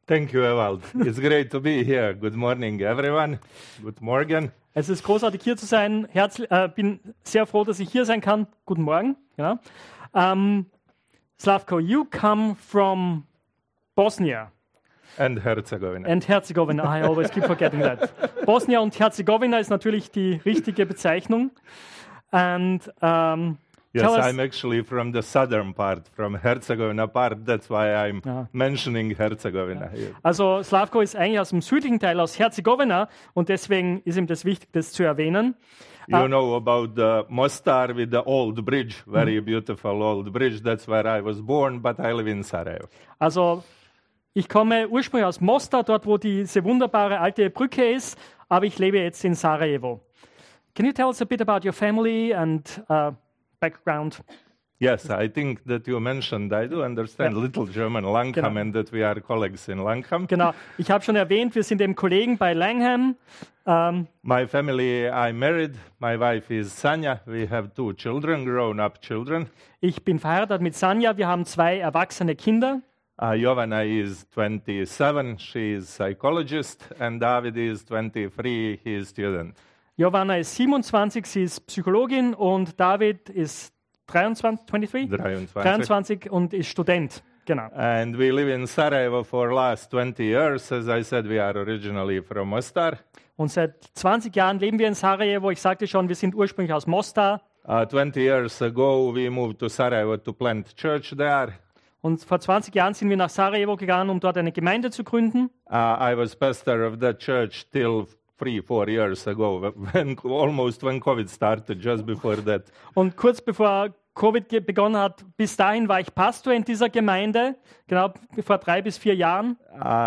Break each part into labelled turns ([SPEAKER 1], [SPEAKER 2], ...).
[SPEAKER 1] Thank you, Ewald. It's great to be here. Good morning, everyone. Good morning.
[SPEAKER 2] Es ist großartig, hier zu sein. Bin sehr froh, dass ich hier sein kann. Guten Morgen. Genau. Slavko, you come from Bosnia.
[SPEAKER 1] And Herzegovina.
[SPEAKER 2] And Herzegovina. I always keep forgetting that. Bosnia und Herzegowina ist natürlich die richtige Bezeichnung. And
[SPEAKER 1] yes, I'm actually from the southern part, from Herzegovina part. That's why I'm mentioning Herzegovina here.
[SPEAKER 2] Also Slavko ist eigentlich aus dem südlichen Teil, aus Herzegowina, und deswegen ist ihm das wichtig, das zu erwähnen.
[SPEAKER 1] You know about the Mostar with the old bridge, very beautiful old bridge. That's where I was born, but I live in Sarajevo.
[SPEAKER 2] Also ich komme ursprünglich aus Mostar, dort wo diese wunderbare alte Brücke ist, aber ich lebe jetzt in Sarajevo. Can you tell us a bit about your family and background?
[SPEAKER 1] Yes, I think that you mentioned, I do understand little German, Langham, and that we are colleagues in Langham.
[SPEAKER 2] Genau, ich habe schon erwähnt, wir sind eben Kollegen bei Langham.
[SPEAKER 1] My family, I'm married. My wife is Sanja. We have 2 children, grown-up children.
[SPEAKER 2] Ich bin verheiratet mit Sanja, wir haben 2 erwachsene Kinder.
[SPEAKER 1] Jovana is 27, she is psychologist, and David is 23, he is student.
[SPEAKER 2] Jovana ist 27, sie ist Psychologin, und David ist 23 und ist Student. Genau.
[SPEAKER 1] And we live in Sarajevo for last 20 years. As I said, we are originally from Mostar.
[SPEAKER 2] Und seit 20 Jahren leben wir in Sarajevo. Ich sagte schon, wir sind ursprünglich aus Mostar.
[SPEAKER 1] 20 years ago, we moved to Sarajevo to plant church there.
[SPEAKER 2] Und vor 20 Jahren sind wir nach Sarajevo gegangen, um dort eine Gemeinde zu gründen.
[SPEAKER 1] I was pastor of that church till 3-4 years ago, when COVID started, just before that.
[SPEAKER 2] Und kurz bevor Covid begonnen hat, bis dahin war ich Pastor in dieser Gemeinde, genau vor 3 bis 4 Jahren.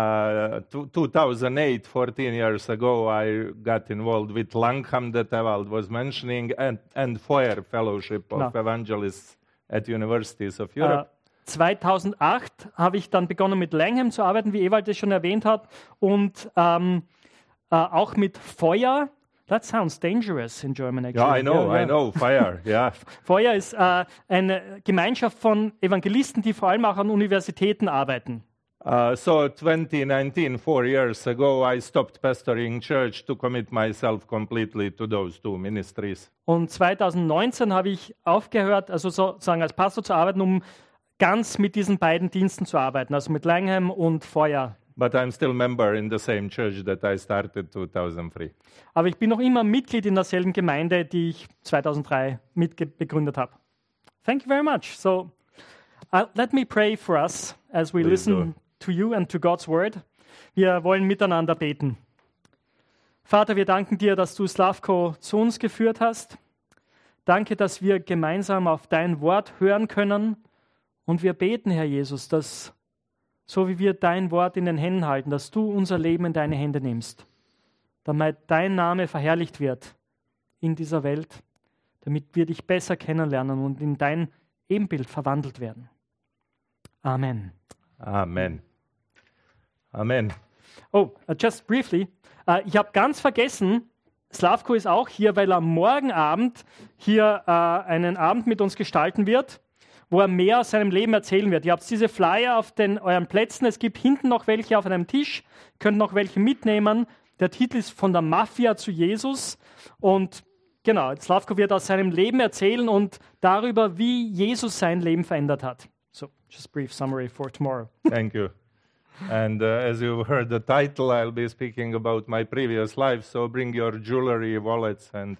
[SPEAKER 1] 2008, 14 years ago, I got involved with Langham, that Ewald was mentioning, and Feuer Fellowship of Evangelists at Universities of Europe.
[SPEAKER 2] 2008 habe ich dann begonnen, mit Langham zu arbeiten, wie Ewald es schon erwähnt hat, und auch mit Feuer. That sounds dangerous in German, actually.
[SPEAKER 1] Yeah, I know, Feuer, yeah.
[SPEAKER 2] Feuer ist eine Gemeinschaft von Evangelisten, die vor allem auch an Universitäten arbeiten.
[SPEAKER 1] So 2019, 4 years ago, I stopped pastoring church to commit myself completely to those 2 ministries.
[SPEAKER 2] Und 2019 habe ich aufgehört, also sozusagen als Pastor zu arbeiten, um ganz mit diesen beiden Diensten zu arbeiten, also mit Langham und Feuer.
[SPEAKER 1] But I'm still member in the same church that I started 2003.
[SPEAKER 2] Aber ich bin noch immer Mitglied in derselben Gemeinde, die ich 2003 begründet habe. Thank you very much. So, let me pray for us as we listen to you and to God's word. Wir wollen miteinander beten. Vater, wir danken dir, dass du Slavko zu uns geführt hast. Danke, dass wir gemeinsam auf dein Wort hören können. Und wir beten, Herr Jesus, dass so wie wir dein Wort in den Händen halten, dass du unser Leben in deine Hände nimmst, damit dein Name verherrlicht wird in dieser Welt, damit wir dich besser kennenlernen und in dein Ebenbild verwandelt werden. Amen.
[SPEAKER 1] Amen. Amen.
[SPEAKER 2] Oh, just briefly, ich habe ganz vergessen, Slavko ist auch hier, weil er morgen Abend hier einen Abend mit uns gestalten wird, wo er mehr aus seinem Leben erzählen wird. Ihr habt diese Flyer auf euren Plätzen. Es gibt hinten noch welche auf einem Tisch. Ihr könnt noch welche mitnehmen. Der Titel ist Von der Mafia zu Jesus. Und genau, Slavko wird aus seinem Leben erzählen und darüber, wie Jesus sein Leben verändert hat. So, just a brief summary for tomorrow.
[SPEAKER 1] Thank you. And as you heard the title, I'll be speaking about my previous life, so bring your jewelry, wallets and...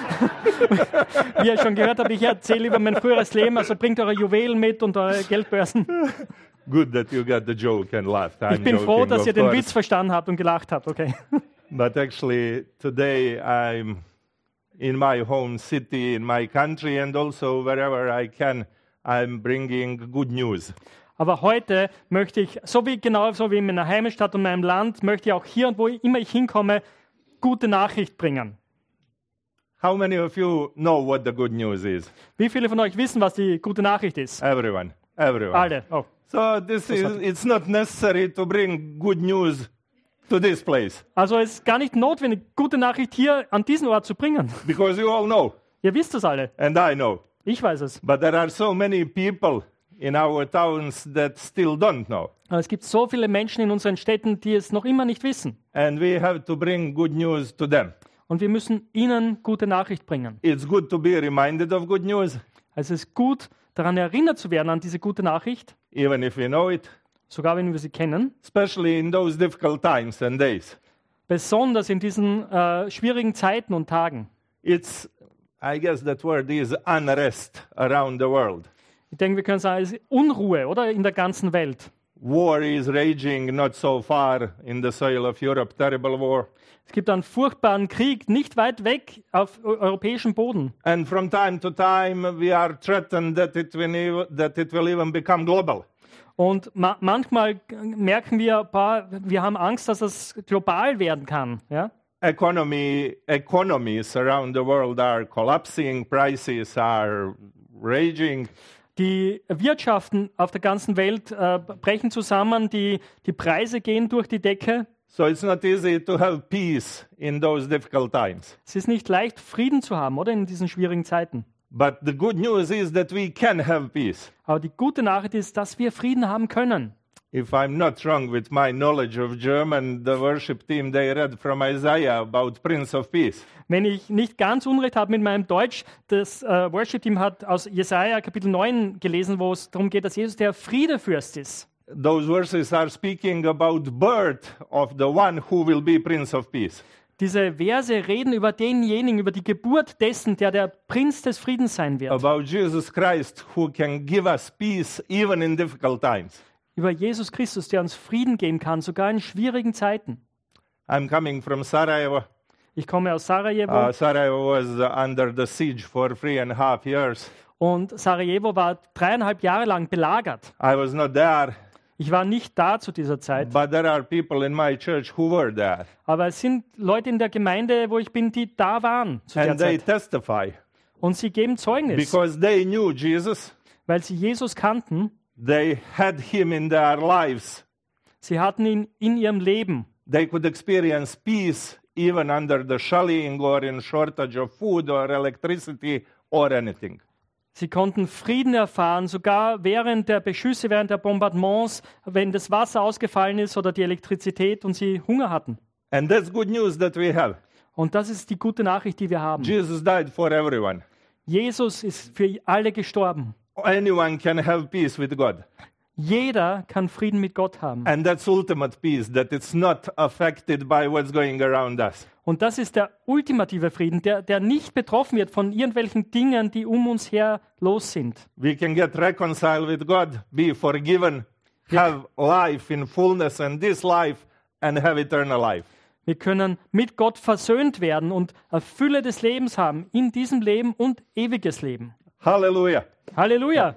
[SPEAKER 2] Wie ihr schon gehört habt, ich erzähle über mein früheres Leben, also bringt eure Juwelen mit und eure Geldbörsen.
[SPEAKER 1] Good that you got the joke and laughed.
[SPEAKER 2] Ich bin froh, dass ihr den Witz verstanden habt und gelacht habt, okay.
[SPEAKER 1] But actually, today I'm in my home city, in my country, and also wherever I can, I'm bringing good news.
[SPEAKER 2] Aber heute möchte ich, so wie in meiner Heimatstadt und meinem Land, möchte ich auch hier und wo immer ich hinkomme, gute Nachricht bringen.
[SPEAKER 1] How many of you know what the good news is?
[SPEAKER 2] Wie viele von euch wissen, was die gute Nachricht ist?
[SPEAKER 1] Everyone.
[SPEAKER 2] Alle. Oh.
[SPEAKER 1] So it's not necessary to bring good news to this place.
[SPEAKER 2] Also es ist gar nicht notwendig, gute Nachricht hier an diesen Ort zu bringen.
[SPEAKER 1] Because you all know.
[SPEAKER 2] Ihr wisst es alle.
[SPEAKER 1] And I know.
[SPEAKER 2] Ich weiß es.
[SPEAKER 1] But there are so many people in our towns that still don't know.
[SPEAKER 2] Aber es gibt so viele Menschen in unseren Städten, die es noch immer nicht wissen.
[SPEAKER 1] And we have to bring good news to them.
[SPEAKER 2] Und wir müssen ihnen gute Nachricht bringen.
[SPEAKER 1] It's good to be reminded of good news,
[SPEAKER 2] Also es ist gut, daran erinnert zu werden, an diese gute Nachricht,
[SPEAKER 1] even if we know it,
[SPEAKER 2] sogar wenn wir sie kennen.
[SPEAKER 1] especially in those difficult times and days.
[SPEAKER 2] Besonders in diesen schwierigen Zeiten und Tagen.
[SPEAKER 1] It's, I guess that word is unrest around the world.
[SPEAKER 2] Ich denke, wir können sagen, es ist Unruhe, oder? In der ganzen Welt.
[SPEAKER 1] War is raging not so far in the soil of Europe, terrible war.
[SPEAKER 2] Es gibt einen furchtbaren Krieg nicht weit weg auf europäischem Boden.
[SPEAKER 1] And from time to time we are threatened that it will even become global.
[SPEAKER 2] Und manchmal merken wir, wir haben Angst, dass es global werden kann. Ja?
[SPEAKER 1] Economies around the world are collapsing, prices are raging.
[SPEAKER 2] Die Wirtschaften auf der ganzen Welt brechen zusammen, die Preise gehen durch die Decke.
[SPEAKER 1] So it's not easy to have peace in those difficult times.
[SPEAKER 2] Es ist nicht leicht, Frieden zu haben, oder in diesen schwierigen Zeiten.
[SPEAKER 1] But the good news is that we can have peace.
[SPEAKER 2] Aber die gute Nachricht ist, dass wir Frieden haben können.
[SPEAKER 1] If I'm not wrong with my knowledge of German, the worship team, they read from Isaiah about Prince of Peace.
[SPEAKER 2] Wenn ich nicht ganz Unrecht habe mit meinem Deutsch, das Worship-Team hat aus Jesaja Kapitel 9 gelesen, wo es darum geht, dass Jesus der Friedefürst ist.
[SPEAKER 1] Those verses are speaking about birth of the one who will be Prince of Peace.
[SPEAKER 2] Diese Verse reden über denjenigen, über die Geburt dessen, der Prinz des Friedens sein wird.
[SPEAKER 1] About Jesus Christ who can give us peace even in difficult times.
[SPEAKER 2] Über Jesus Christus, der uns Frieden geben kann, sogar in schwierigen Zeiten.
[SPEAKER 1] I'm coming from Sarajevo.
[SPEAKER 2] Ich komme aus Sarajevo.
[SPEAKER 1] Sarajevo was under the siege for 3.5 years.
[SPEAKER 2] Und Sarajevo war 3,5 Jahre lang belagert.
[SPEAKER 1] I was not there.
[SPEAKER 2] Ich war nicht da zu dieser Zeit.
[SPEAKER 1] But there are people in my church who were there.
[SPEAKER 2] Aber es sind Leute in der Gemeinde, wo ich bin, die da waren zu der
[SPEAKER 1] And they
[SPEAKER 2] Zeit.
[SPEAKER 1] testify.
[SPEAKER 2] Und sie geben Zeugnis,
[SPEAKER 1] Because they knew Jesus.
[SPEAKER 2] weil sie Jesus kannten.
[SPEAKER 1] They had him in their lives.
[SPEAKER 2] Sie hatten ihn in ihrem Leben.
[SPEAKER 1] They could experience peace even under the shelling or in shortage of food or electricity or anything.
[SPEAKER 2] Sie konnten Frieden erfahren, sogar während der Beschüsse, während der Bombardements, wenn das Wasser ausgefallen ist oder die Elektrizität und sie Hunger hatten.
[SPEAKER 1] And that's good news that we have.
[SPEAKER 2] Und das ist die gute Nachricht, die wir haben.
[SPEAKER 1] Jesus died for everyone.
[SPEAKER 2] Jesus ist für alle gestorben.
[SPEAKER 1] Anyone can have peace with God.
[SPEAKER 2] Jeder kann Frieden mit Gott haben.
[SPEAKER 1] And that's ultimate peace, that it's not affected by what's going around us.
[SPEAKER 2] Und das ist der ultimative Frieden, der nicht betroffen wird von irgendwelchen Dingen, die um uns her los sind.
[SPEAKER 1] We can get reconciled with God, be forgiven, have life in fullness and this life, and have eternal life.
[SPEAKER 2] Wir können mit Gott versöhnt werden und eine Fülle des Lebens haben, in diesem Leben und ewiges Leben.
[SPEAKER 1] Hallelujah.
[SPEAKER 2] Halleluja!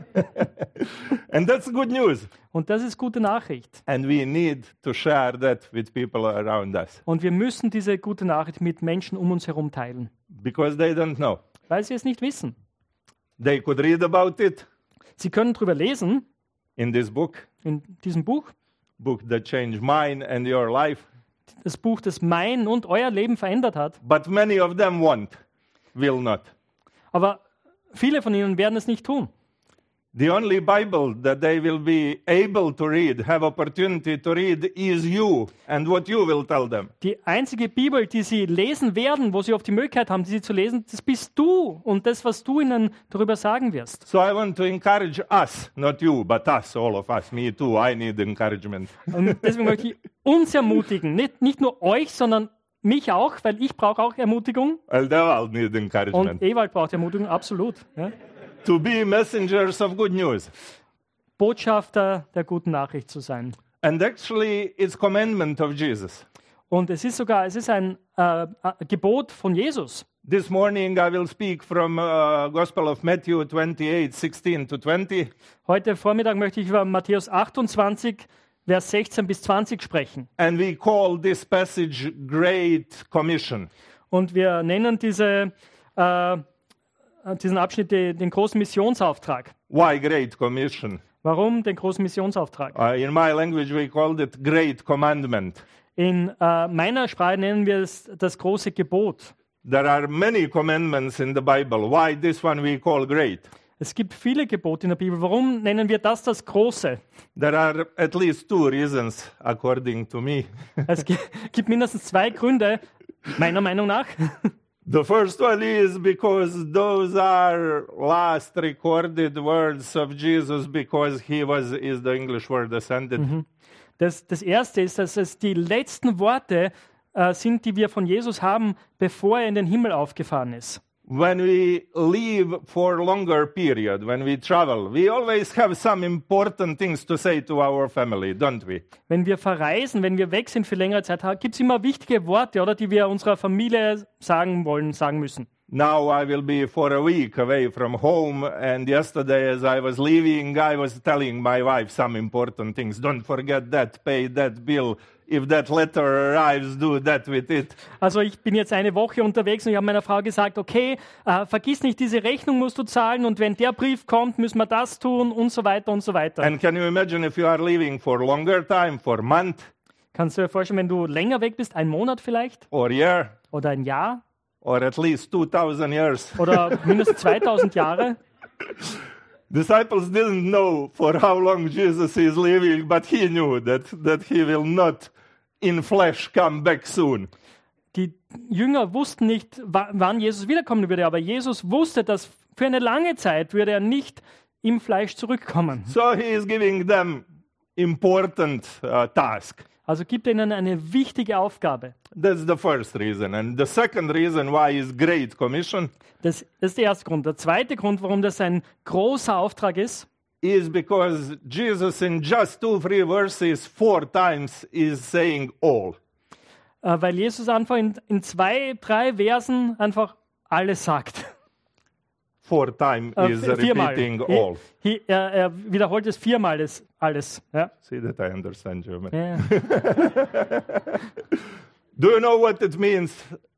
[SPEAKER 1] And that's good news.
[SPEAKER 2] Und das ist gute Nachricht.
[SPEAKER 1] And we need to share that with people around us.
[SPEAKER 2] Und wir müssen diese gute Nachricht mit Menschen um uns herum teilen,
[SPEAKER 1] Because they don't know.
[SPEAKER 2] weil sie es nicht wissen.
[SPEAKER 1] They could read about it
[SPEAKER 2] Sie können darüber lesen,
[SPEAKER 1] in this book
[SPEAKER 2] in diesem Buch,
[SPEAKER 1] that changed mine and your life.
[SPEAKER 2] das Buch, das mein und euer Leben verändert hat.
[SPEAKER 1] But many of them will not.
[SPEAKER 2] Aber viele von ihnen werden es nicht tun.
[SPEAKER 1] The only Bible that they will be able to read, have opportunity to read, is you and what you will tell them.
[SPEAKER 2] Die einzige Bibel, die sie lesen werden, wo sie oft die Möglichkeit haben, sie zu lesen, das bist du und das, was du ihnen darüber sagen wirst.
[SPEAKER 1] So I want to encourage us, not you, but us, all of us, me too, I need encouragement.
[SPEAKER 2] Und deswegen möchte ich uns ermutigen, nicht nur euch, sondern mich auch, weil ich brauche auch Ermutigung.
[SPEAKER 1] Well, they all need encouragement.
[SPEAKER 2] Und Ewald braucht Ermutigung, absolut. Ja.
[SPEAKER 1] To be messengers of good news.
[SPEAKER 2] Botschafter der guten Nachricht zu sein.
[SPEAKER 1] And actually, it's commandment of Jesus.
[SPEAKER 2] Und es ist ein Gebot von Jesus.
[SPEAKER 1] This morning I will speak from Gospel of Matthew 28, 16 to 20.
[SPEAKER 2] Heute Vormittag möchte ich über Matthäus 28, Vers 16 bis 20 sprechen.
[SPEAKER 1] And we call this passage Great Commission.
[SPEAKER 2] Und wir nennen diesen Abschnitt den großen Missionsauftrag.
[SPEAKER 1] Why Great Commission?
[SPEAKER 2] Warum den großen Missionsauftrag?
[SPEAKER 1] In my language we called it Great Commandment.
[SPEAKER 2] In meiner Sprache nennen wir es das große Gebot.
[SPEAKER 1] There are many commandments in the Bible. Why this one we call great?
[SPEAKER 2] Es gibt viele Gebote in der Bibel. Warum nennen wir das Große?
[SPEAKER 1] There are at least two reasons, according to me.
[SPEAKER 2] Es gibt mindestens zwei Gründe, meiner Meinung nach.
[SPEAKER 1] The first one is because those are last recorded words of Jesus because is the English word ascended.
[SPEAKER 2] Das erste ist, dass es die letzten Worte sind, die wir von Jesus haben, bevor er in den Himmel aufgefahren ist.
[SPEAKER 1] When we live for a longer period, when we travel, we always have some important things to say to our family, don't we?
[SPEAKER 2] Wenn wir verreisen, wenn wir weg sind für längere Zeit, gibt es immer wichtige Worte, oder, die wir unserer Familie sagen müssen.
[SPEAKER 1] Now I will be for a week away from home, and yesterday as I was leaving, I was telling my wife some important things. Don't forget that, pay that bill. If that letter arrives, do that with it.
[SPEAKER 2] Also ich bin jetzt eine Woche unterwegs und ich habe meiner Frau gesagt, okay, vergiss nicht, diese Rechnung musst du zahlen und wenn der Brief kommt, müssen wir das tun und so weiter und so weiter.
[SPEAKER 1] And can you imagine if you are leaving for longer time, for a month?
[SPEAKER 2] Kannst du dir vorstellen, wenn du länger weg bist, einen Monat vielleicht?
[SPEAKER 1] Or year?
[SPEAKER 2] Oder ein Jahr?
[SPEAKER 1] Or at least 2000 years?
[SPEAKER 2] Oder mindestens 2000 Jahre?
[SPEAKER 1] Disciples didn't know for how long Jesus is living, but he knew that he will not in flesh come back soon.
[SPEAKER 2] Die Jünger wussten nicht, wann Jesus wiederkommen würde, aber Jesus wusste, dass für eine lange Zeit würde er nicht im Fleisch zurückkommen.
[SPEAKER 1] So he is giving them important task.
[SPEAKER 2] Also gibt er ihnen eine wichtige Aufgabe.
[SPEAKER 1] That's the first reason. And the second reason why is Great Commission.
[SPEAKER 2] Das ist der erste Grund. Der zweite Grund, warum das ein großer Auftrag ist,
[SPEAKER 1] is because Jesus in just 2-3 verses 4 times is saying all.
[SPEAKER 2] Weil Jesus einfach in 2-3 Versen einfach alles sagt.
[SPEAKER 1] 4 times is repeating all.
[SPEAKER 2] Er wiederholt es 4-mal alles. Ja.
[SPEAKER 1] See that I understand German.
[SPEAKER 2] Ja.
[SPEAKER 1] Do you know what it means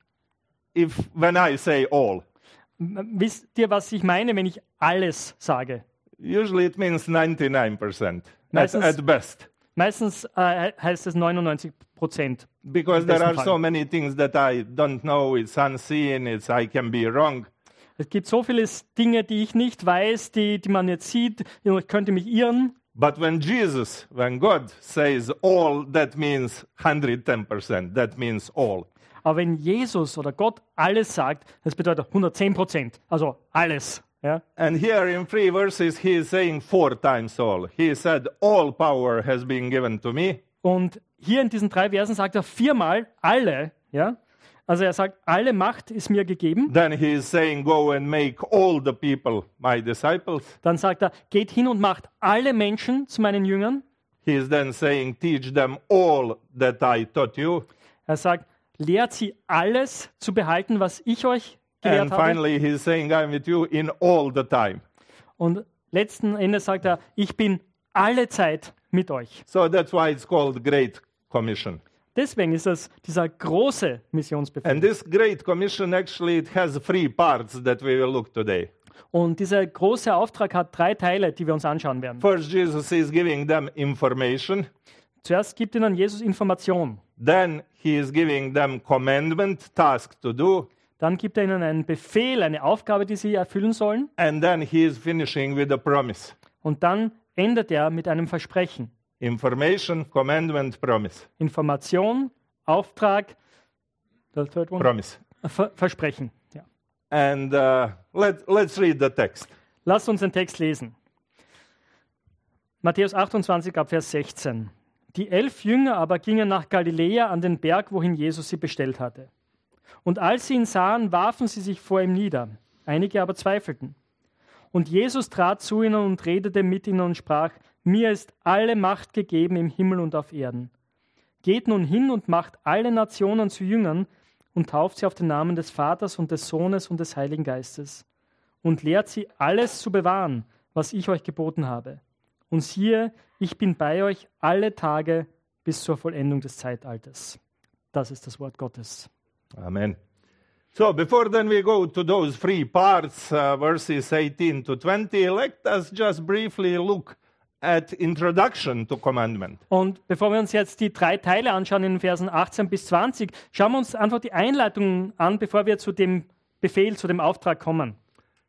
[SPEAKER 1] when I say all?
[SPEAKER 2] Wisst ihr, was ich meine, wenn ich alles sage?
[SPEAKER 1] Usually it means 99%,
[SPEAKER 2] Meistens,
[SPEAKER 1] at best.
[SPEAKER 2] Meistens heißt es 99%.
[SPEAKER 1] Because there are so many things that I don't know, it's unseen, I can be wrong.
[SPEAKER 2] Es gibt so viele Dinge, die ich nicht weiß, die man jetzt sieht, ich könnte mich irren.
[SPEAKER 1] But when God says all, that means 110%, that means all.
[SPEAKER 2] Aber wenn Jesus oder Gott alles sagt, das bedeutet 110%, also alles. Ja?
[SPEAKER 1] And here in 3 verses he is saying 4 times all. He said, all power has been given to me.
[SPEAKER 2] Und hier in diesen 3 Versen sagt er 4-mal alle. Ja? Also er sagt, alle Macht ist mir gegeben.
[SPEAKER 1] Then he is saying, go and make all the people my disciples.
[SPEAKER 2] Dann sagt er, geht hin und macht alle Menschen zu meinen Jüngern.
[SPEAKER 1] He is then saying, teach them all that I taught you.
[SPEAKER 2] Er sagt, lehrt sie alles zu behalten, was ich euch gelehrt habe.
[SPEAKER 1] And finally he is saying, I'm with you in all the time.
[SPEAKER 2] Und letzten Endes sagt er, ich bin alle Zeit mit euch.
[SPEAKER 1] So that's why it's called Great Commission.
[SPEAKER 2] Deswegen ist es dieser große Missionsbefehl.
[SPEAKER 1] And this Great Commission actually it has 3 parts that we will look today.
[SPEAKER 2] Und dieser große Auftrag hat 3 Teile, die wir uns anschauen werden.
[SPEAKER 1] First, Jesus is giving them information.
[SPEAKER 2] Zuerst gibt ihnen Jesus Information.
[SPEAKER 1] Then he is giving them commandment, task to do.
[SPEAKER 2] Dann gibt er ihnen einen Befehl, eine Aufgabe, die sie erfüllen sollen.
[SPEAKER 1] And then he is finishing with a promise.
[SPEAKER 2] Und dann endet er mit einem Versprechen.
[SPEAKER 1] Information, commandment, promise.
[SPEAKER 2] Information, Auftrag, the third one?
[SPEAKER 1] Promise.
[SPEAKER 2] Versprechen. Ja.
[SPEAKER 1] And let's read the text.
[SPEAKER 2] Lasst uns den Text lesen. Matthäus 28, ab Vers 16. Die 11 Jünger aber gingen nach Galiläa an den Berg, wohin Jesus sie bestellt hatte. Und als sie ihn sahen, warfen sie sich vor ihm nieder. Einige aber zweifelten. Und Jesus trat zu ihnen und redete mit ihnen und sprach, mir ist alle Macht gegeben im Himmel und auf Erden. Geht nun hin und macht alle Nationen zu Jüngern und tauft sie auf den Namen des Vaters und des Sohnes und des Heiligen Geistes und lehrt sie, alles zu bewahren, was ich euch geboten habe. Und siehe, ich bin bei euch alle Tage bis zur Vollendung des Zeitalters. Das ist das Wort Gottes.
[SPEAKER 1] Amen. So, before then we go to those 3 parts, verses 18 to 20, let us just briefly look at introduction to commandment.
[SPEAKER 2] Und bevor wir uns jetzt die 3 Teile anschauen in den Versen 18 bis 20, schauen wir uns einfach die Einleitung an, bevor wir zu dem Befehl, zu dem Auftrag kommen.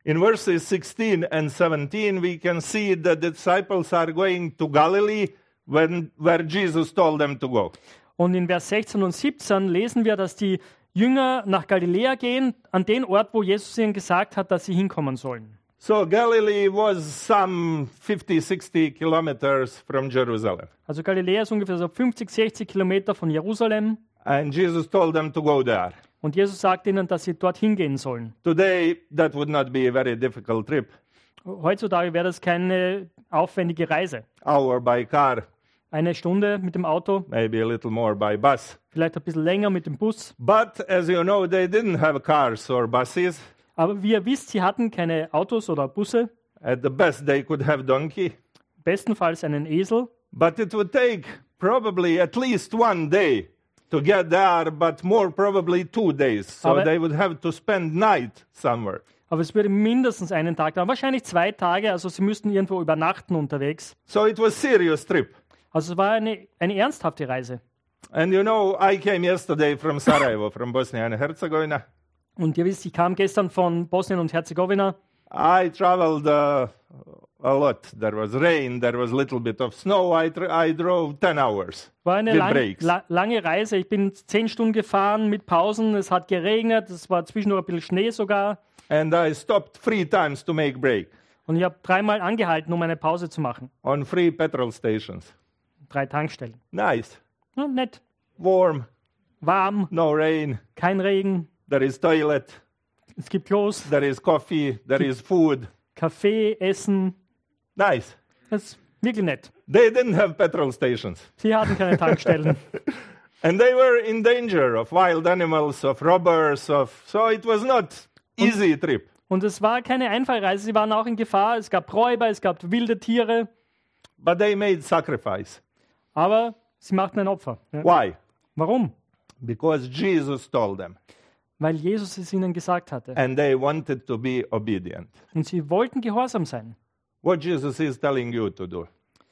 [SPEAKER 1] In verses 16 and 17, we can see the disciples are going to Galilee where Jesus told them to go.
[SPEAKER 2] Und in Vers 16 und 17 lesen wir, dass die Jünger nach Galiläa gehen, an den Ort, wo Jesus ihnen gesagt hat, dass sie hinkommen sollen.
[SPEAKER 1] So Galilee was some 50, 60 kilometers from Jerusalem.
[SPEAKER 2] Also Galiläa ist ungefähr so 50, 60 Kilometer von Jerusalem.
[SPEAKER 1] And Jesus told them to go there.
[SPEAKER 2] Und Jesus sagt ihnen, dass sie dorthin gehen sollen.
[SPEAKER 1] Today, that would not be a very difficult trip.
[SPEAKER 2] Heutzutage wäre das keine aufwendige Reise.
[SPEAKER 1] Hour by car,
[SPEAKER 2] Eine Stunde mit dem Auto,
[SPEAKER 1] maybe a little more by bus.
[SPEAKER 2] vielleicht ein bisschen länger mit dem Bus.
[SPEAKER 1] But as you know, they didn't have cars or buses.
[SPEAKER 2] Aber wie ihr wisst, sie hatten keine Autos oder Busse.
[SPEAKER 1] At the best, they could have donkey.
[SPEAKER 2] Bestenfalls einen Esel.
[SPEAKER 1] But it would take probably at least one day to get there, but more probably 2 days. So
[SPEAKER 2] Aber-
[SPEAKER 1] they would have to spend night somewhere.
[SPEAKER 2] Aber es würde mindestens einen Tag dauern, wahrscheinlich 2 Tage. Also sie müssten irgendwo übernachten unterwegs.
[SPEAKER 1] So it was serious trip.
[SPEAKER 2] Also es war eine ernsthafte Reise.
[SPEAKER 1] And you know, I came yesterday from Sarajevo, from Bosnia and Herzegovina.
[SPEAKER 2] Und ihr wisst, ich kam gestern von Bosnien und Herzegowina.
[SPEAKER 1] I traveled a lot. There was rain, there was a little bit of snow. I drove 10 hours
[SPEAKER 2] War eine
[SPEAKER 1] with breaks.
[SPEAKER 2] lange Reise. Ich bin 10 Stunden gefahren mit Pausen. Es hat geregnet. Es war zwischendurch ein bisschen Schnee sogar.
[SPEAKER 1] And I stopped 3 times to make break
[SPEAKER 2] Und ich habe 3-mal angehalten, um eine Pause zu machen.
[SPEAKER 1] on 3 petrol stations.
[SPEAKER 2] 3 Tankstellen.
[SPEAKER 1] Nice,
[SPEAKER 2] Ja, nett.
[SPEAKER 1] warm,
[SPEAKER 2] Warm,
[SPEAKER 1] no rain.
[SPEAKER 2] kein Regen.
[SPEAKER 1] There is toilet,
[SPEAKER 2] Es gibt Klos,
[SPEAKER 1] there is coffee, there is food.
[SPEAKER 2] Kaffee, Essen.
[SPEAKER 1] Nice.
[SPEAKER 2] Das ist wirklich nett.
[SPEAKER 1] They didn't have petrol stations.
[SPEAKER 2] Sie hatten keine Tankstellen.
[SPEAKER 1] And they were in danger of wild animals, of robbers, so it was not easy trip.
[SPEAKER 2] Und es war keine einfache Reise. Sie waren auch in Gefahr. Es gab Räuber, es gab wilde Tiere.
[SPEAKER 1] But they made sacrifice.
[SPEAKER 2] Aber sie machten ein Opfer. Ja.
[SPEAKER 1] Why?
[SPEAKER 2] Warum?
[SPEAKER 1] Because Jesus told them.
[SPEAKER 2] Weil Jesus es ihnen gesagt hatte.
[SPEAKER 1] And they wanted to be obedient.
[SPEAKER 2] Und sie wollten gehorsam sein.
[SPEAKER 1] What Jesus is telling you to do.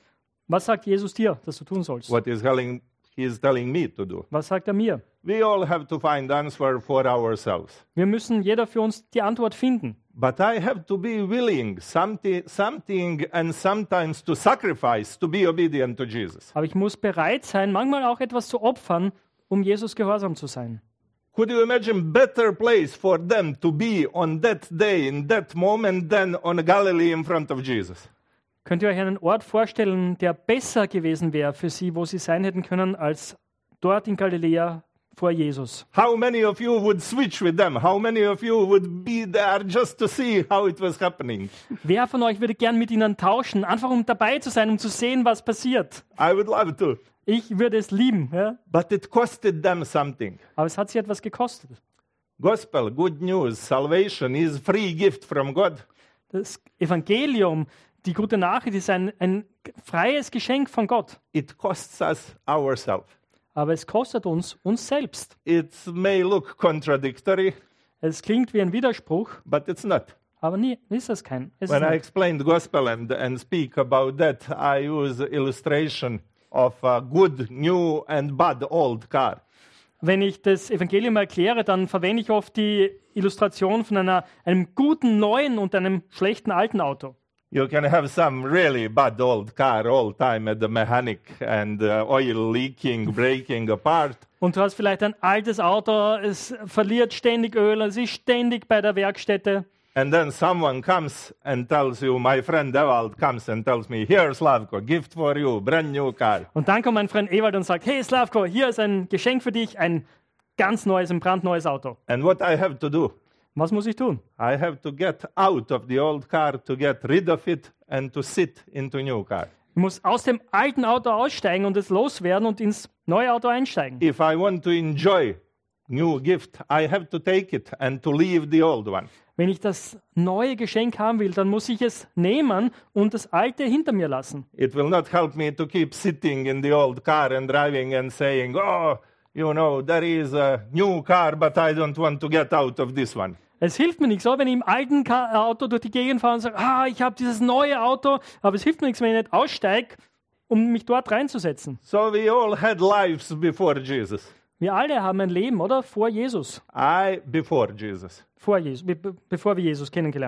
[SPEAKER 2] Was sagt Jesus dir, dass du tun sollst?
[SPEAKER 1] What he is telling me to do.
[SPEAKER 2] Was sagt er mir?
[SPEAKER 1] We all have to find answer for ourselves.
[SPEAKER 2] Wir müssen jeder für uns die Antwort finden.
[SPEAKER 1] But I have to be willing something and sometimes to sacrifice to be obedient to Jesus.
[SPEAKER 2] Aber ich muss bereit sein, manchmal auch etwas zu opfern, um Jesus gehorsam zu sein.
[SPEAKER 1] Could you imagine better place for them to be on that day, in that moment, than on Galilee in front of Jesus?
[SPEAKER 2] Könnt ihr euch einen Ort vorstellen, der besser gewesen wäre für sie, wo sie sein hätten können, als dort in Galiläa vor Jesus?
[SPEAKER 1] How many of you would switch with them? How many of you would be there just to see how it was happening?
[SPEAKER 2] Wer von euch würde gern mit ihnen tauschen, einfach um dabei zu sein, um zu sehen, was passiert?
[SPEAKER 1] I would love to.
[SPEAKER 2] Ich würde es lieben, ja?
[SPEAKER 1] But it costed them something.
[SPEAKER 2] Aber es hat sie etwas gekostet.
[SPEAKER 1] Gospel, good news, salvation is free gift from God.
[SPEAKER 2] Das Evangelium, die gute Nachricht, ist ein freies Geschenk von Gott.
[SPEAKER 1] It costs us ourselves.
[SPEAKER 2] Aber es kostet uns selbst.
[SPEAKER 1] It may look contradictory,
[SPEAKER 2] Es klingt wie ein Widerspruch,
[SPEAKER 1] but it's not.
[SPEAKER 2] aber nie ist es kein. Es ist
[SPEAKER 1] When I
[SPEAKER 2] nicht.
[SPEAKER 1] explain the gospel and speak about that, I use illustration of a good new and bad old car.
[SPEAKER 2] Wenn ich das Evangelium erkläre, dann verwende ich oft die Illustration von einem guten neuen und einem schlechten alten Auto.
[SPEAKER 1] You can have some really bad old car all time at the mechanic and oil leaking, breaking apart.
[SPEAKER 2] Und du hast vielleicht ein altes Auto, es verliert ständig Öl, es ist ständig bei der Werkstätte.
[SPEAKER 1] And then someone comes and tells you, my friend Ewald comes and tells me, here Slavko, gift for you, brand new car.
[SPEAKER 2] Und dann kommt mein Freund Ewald und sagt, hey Slavko, hier ist ein Geschenk für dich, ein ganz neues, ein brandneues Auto.
[SPEAKER 1] And what I have to do?
[SPEAKER 2] Was muss ich tun?
[SPEAKER 1] I have to get out of the old car to get rid of it and to sit into new car.
[SPEAKER 2] Ich muss aus dem alten Auto aussteigen und es loswerden und ins neue Auto einsteigen.
[SPEAKER 1] If I want to enjoy new gift, I have to take it and to leave the old one.
[SPEAKER 2] Wenn ich das neue Geschenk haben will, dann muss ich es nehmen und das alte hinter mir lassen.
[SPEAKER 1] It will not help me to keep sitting in the old car and driving and saying, oh, you know, there is a new car, but I don't want to get out of this one.
[SPEAKER 2] Es hilft mir nichts, wenn ich im alten Auto durch die Gegend fahre und sage, ich habe dieses neue Auto, aber es hilft mir nichts, wenn ich nicht aussteige, um mich dort reinzusetzen.
[SPEAKER 1] So we all had lives before Jesus.
[SPEAKER 2] Wir alle haben ein Leben, oder? Vor Jesus.
[SPEAKER 1] Before Jesus.
[SPEAKER 2] Bevor wir Jesus kennengelernt haben.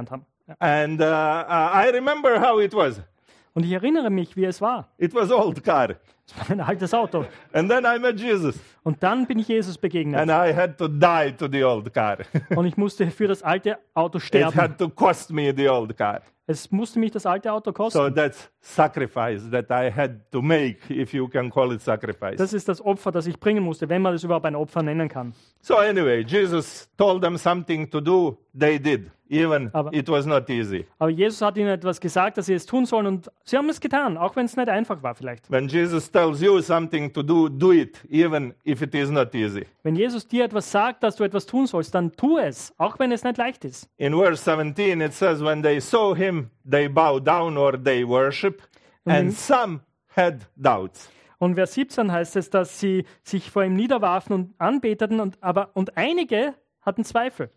[SPEAKER 1] And I remember how it was.
[SPEAKER 2] Und ich erinnere mich, wie es war.
[SPEAKER 1] It was old car.
[SPEAKER 2] Es war ein altes Auto.
[SPEAKER 1] And then I met Jesus.
[SPEAKER 2] Und dann bin ich Jesus begegnet.
[SPEAKER 1] And I had to die to the old car.
[SPEAKER 2] Und ich musste für das alte Auto
[SPEAKER 1] It
[SPEAKER 2] sterben.
[SPEAKER 1] had to cost me the old car.
[SPEAKER 2] Es musste mich das alte Auto
[SPEAKER 1] So
[SPEAKER 2] kosten.
[SPEAKER 1] that's sacrifice that I had to make, if you can call it sacrifice.
[SPEAKER 2] Das ist das Opfer, das ich bringen musste, wenn man das überhaupt ein Opfer nennen kann.
[SPEAKER 1] So anyway, Jesus told them something to do. They did. Even it was not easy.
[SPEAKER 2] Aber Jesus hat ihnen etwas gesagt, dass sie es tun sollen, und sie haben es getan, auch wenn es nicht einfach war vielleicht.
[SPEAKER 1] When Jesus tells you something to do, do it, even if it is not easy.
[SPEAKER 2] Wenn Jesus dir etwas sagt, dass du etwas tun sollst, dann tu es, auch wenn es nicht leicht ist.
[SPEAKER 1] In verse 17 it says, when they saw him, they bowed down or they worship, and some had doubts.
[SPEAKER 2] Und Vers 17 heißt es, dass sie sich vor ihm niederwarfen und anbeteten, und einige hatten Zweifel.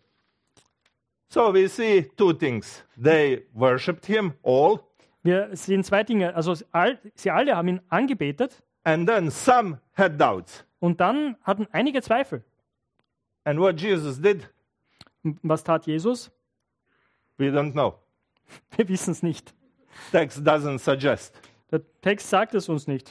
[SPEAKER 1] So we see two things. They worshipped him, all.
[SPEAKER 2] Wir sehen zwei Dinge. Also sie alle haben ihn angebetet.
[SPEAKER 1] And then some had doubts.
[SPEAKER 2] Und dann hatten einige Zweifel.
[SPEAKER 1] And what Jesus did,
[SPEAKER 2] Was tat Jesus?
[SPEAKER 1] we don't know.
[SPEAKER 2] Wir wissen es nicht.
[SPEAKER 1] Text doesn't suggest.
[SPEAKER 2] Der Text sagt es uns nicht.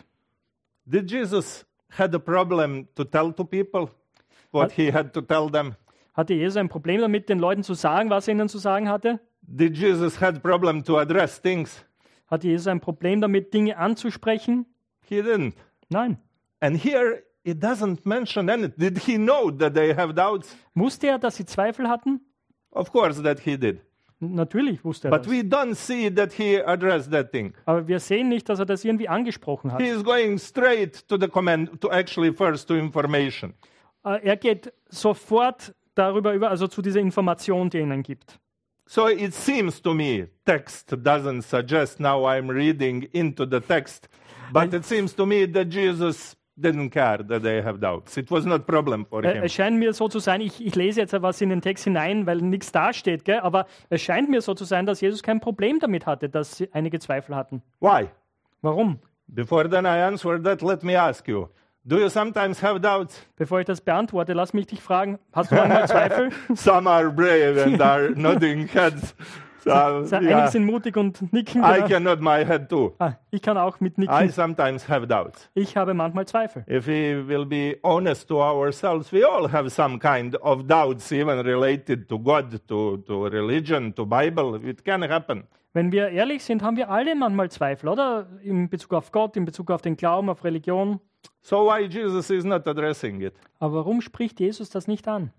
[SPEAKER 1] Did Jesus had a problem to tell to people what he had to tell them?
[SPEAKER 2] Hatte Jesus ein Problem damit, den Leuten zu sagen, was er ihnen zu sagen hatte?
[SPEAKER 1] Did Jesus had problem to address things?
[SPEAKER 2] Hatte Jesus ein Problem damit, Dinge anzusprechen?
[SPEAKER 1] He didn't.
[SPEAKER 2] Nein.
[SPEAKER 1] And here it doesn't mention anything. Did he know that they have doubts?
[SPEAKER 2] Wusste er, dass sie Zweifel hatten?
[SPEAKER 1] Of course that he did.
[SPEAKER 2] Natürlich wusste er
[SPEAKER 1] But
[SPEAKER 2] das.
[SPEAKER 1] we don't see that he addressed that thing.
[SPEAKER 2] Aber wir sehen nicht, dass er das irgendwie angesprochen hat.
[SPEAKER 1] He is going straight to the command, to actually first to information.
[SPEAKER 2] Er geht sofort darüber über, also zu dieser Information, die er ihnen gibt.
[SPEAKER 1] So it seems to me, text doesn't suggest, now I'm reading into the text, but it seems to me that Jesus didn't care that they have doubts. It was not a problem for him.
[SPEAKER 2] Es scheint mir so zu sein, ich lese jetzt was in den Text hinein, weil nichts dasteht, gell? Aber es scheint mir so zu sein, dass Jesus kein Problem damit hatte, dass sie einige Zweifel hatten.
[SPEAKER 1] Why?
[SPEAKER 2] Warum?
[SPEAKER 1] Before then I answer that, let me ask you, do you sometimes have doubts?
[SPEAKER 2] Bevor ich das beantworte, lass mich dich fragen, hast du manchmal Zweifel?
[SPEAKER 1] Some are brave and are nodding heads. So,
[SPEAKER 2] Einige sind mutig und nicken.
[SPEAKER 1] I
[SPEAKER 2] Genau.
[SPEAKER 1] can nod my head too.
[SPEAKER 2] Ich kann auch mit
[SPEAKER 1] I
[SPEAKER 2] nicken.
[SPEAKER 1] sometimes have doubts.
[SPEAKER 2] Ich habe manchmal Zweifel.
[SPEAKER 1] If we will be honest to ourselves, we all have some kind of doubts, even related to God, to religion, to Bible. It can happen.
[SPEAKER 2] Wenn wir ehrlich sind, haben wir alle manchmal Zweifel, oder? In Bezug auf Gott, in Bezug auf den Glauben, auf Religion.
[SPEAKER 1] So why Jesus is not addressing it?
[SPEAKER 2] Aber warum spricht Jesus das nicht an?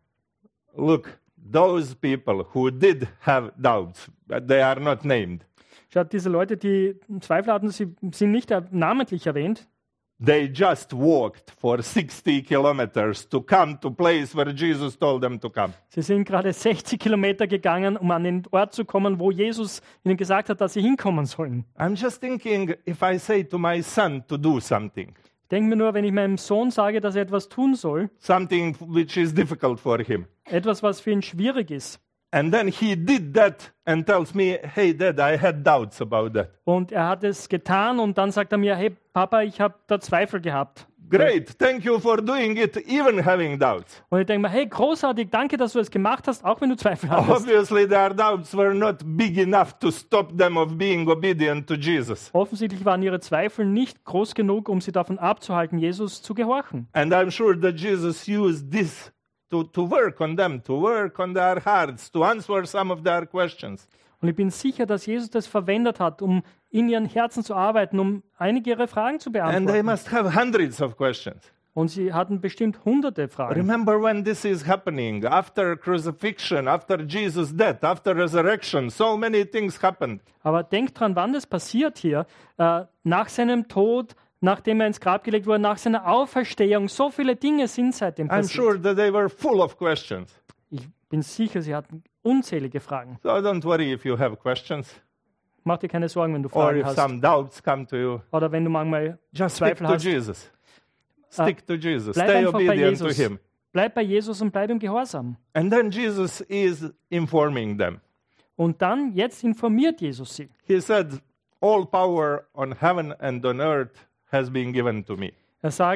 [SPEAKER 1] Look, those people who did have doubts, they are not named.
[SPEAKER 2] Schaut, diese Leute, die Zweifel hatten, sie sind nicht namentlich erwähnt.
[SPEAKER 1] They just walked for 60 kilometers to come to place where Jesus told them to come.
[SPEAKER 2] Sie sind gerade 60 Kilometer gegangen, um an den Ort zu kommen, wo Jesus ihnen gesagt hat, dass sie hinkommen sollen.
[SPEAKER 1] I'm just thinking, if I say to my son to do something,
[SPEAKER 2] Ich denke mir nur, wenn ich meinem Sohn sage, dass er etwas tun soll,
[SPEAKER 1] something which is difficult for him,
[SPEAKER 2] etwas, was für ihn schwierig ist,
[SPEAKER 1] and then he did that and tells me, hey, Dad, I had doubts about that.
[SPEAKER 2] und er hat es getan und dann sagt er mir, hey Papa, ich habe da Zweifel gehabt.
[SPEAKER 1] Great, thank you for doing it, even having doubts.
[SPEAKER 2] Und ich denke mir, hey, großartig, danke, dass du es gemacht hast, auch wenn du Zweifel hattest.
[SPEAKER 1] Obviously, their doubts were not big enough to stop them of being obedient to Jesus.
[SPEAKER 2] Offensichtlich waren ihre Zweifel nicht groß genug, um sie davon abzuhalten, Jesus zu gehorchen.
[SPEAKER 1] And I'm sure that Jesus used this to work on them, to work on their hearts, to answer some of their questions.
[SPEAKER 2] Und ich bin sicher, dass Jesus das verwendet hat, um in ihren Herzen zu arbeiten, um einige ihrer Fragen zu
[SPEAKER 1] And they
[SPEAKER 2] beantworten.
[SPEAKER 1] must have hundreds of questions.
[SPEAKER 2] Und sie hatten bestimmt hunderte Fragen.
[SPEAKER 1] Remember when this is happening, after crucifixion, after Jesus' death, after resurrection, so many things happened.
[SPEAKER 2] Aber denkt dran, wann das passiert hier. Nach seinem Tod, nachdem er ins Grab gelegt wurde, nach seiner Auferstehung. So viele Dinge sind seitdem
[SPEAKER 1] I'm
[SPEAKER 2] passiert.
[SPEAKER 1] sure that they were full of questions.
[SPEAKER 2] Ich bin sicher, sie hatten unzählige Fragen.
[SPEAKER 1] So don't worry if you have questions
[SPEAKER 2] Mach dir keine Sorgen, wenn du
[SPEAKER 1] or
[SPEAKER 2] Fragen
[SPEAKER 1] if
[SPEAKER 2] hast.
[SPEAKER 1] some doubts come to you.
[SPEAKER 2] Oder wenn du manchmal
[SPEAKER 1] Just stick
[SPEAKER 2] Zweifel
[SPEAKER 1] to
[SPEAKER 2] hast.
[SPEAKER 1] Jesus. Stick to Jesus.
[SPEAKER 2] Bleib
[SPEAKER 1] Stay
[SPEAKER 2] einfach bei
[SPEAKER 1] obedient to
[SPEAKER 2] Jesus.
[SPEAKER 1] him.
[SPEAKER 2] Bleib bei Jesus und bleib ihm gehorsam.
[SPEAKER 1] And then Jesus is informing them.
[SPEAKER 2] Und dann, jetzt informiert Jesus sie.
[SPEAKER 1] He said, all power on heaven and on earth has been given to me.
[SPEAKER 2] Er sagt,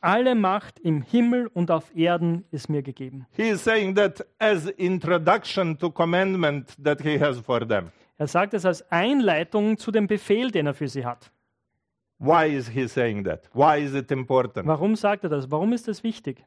[SPEAKER 2] alle Macht im Himmel und auf Erden ist mir gegeben.
[SPEAKER 1] He is saying that as introduction to commandment that he has for them.
[SPEAKER 2] Er sagt es als Einleitung zu dem Befehl, den er für sie hat.
[SPEAKER 1] Why is he saying that? Why is it important?
[SPEAKER 2] Warum sagt er das? Warum ist das wichtig?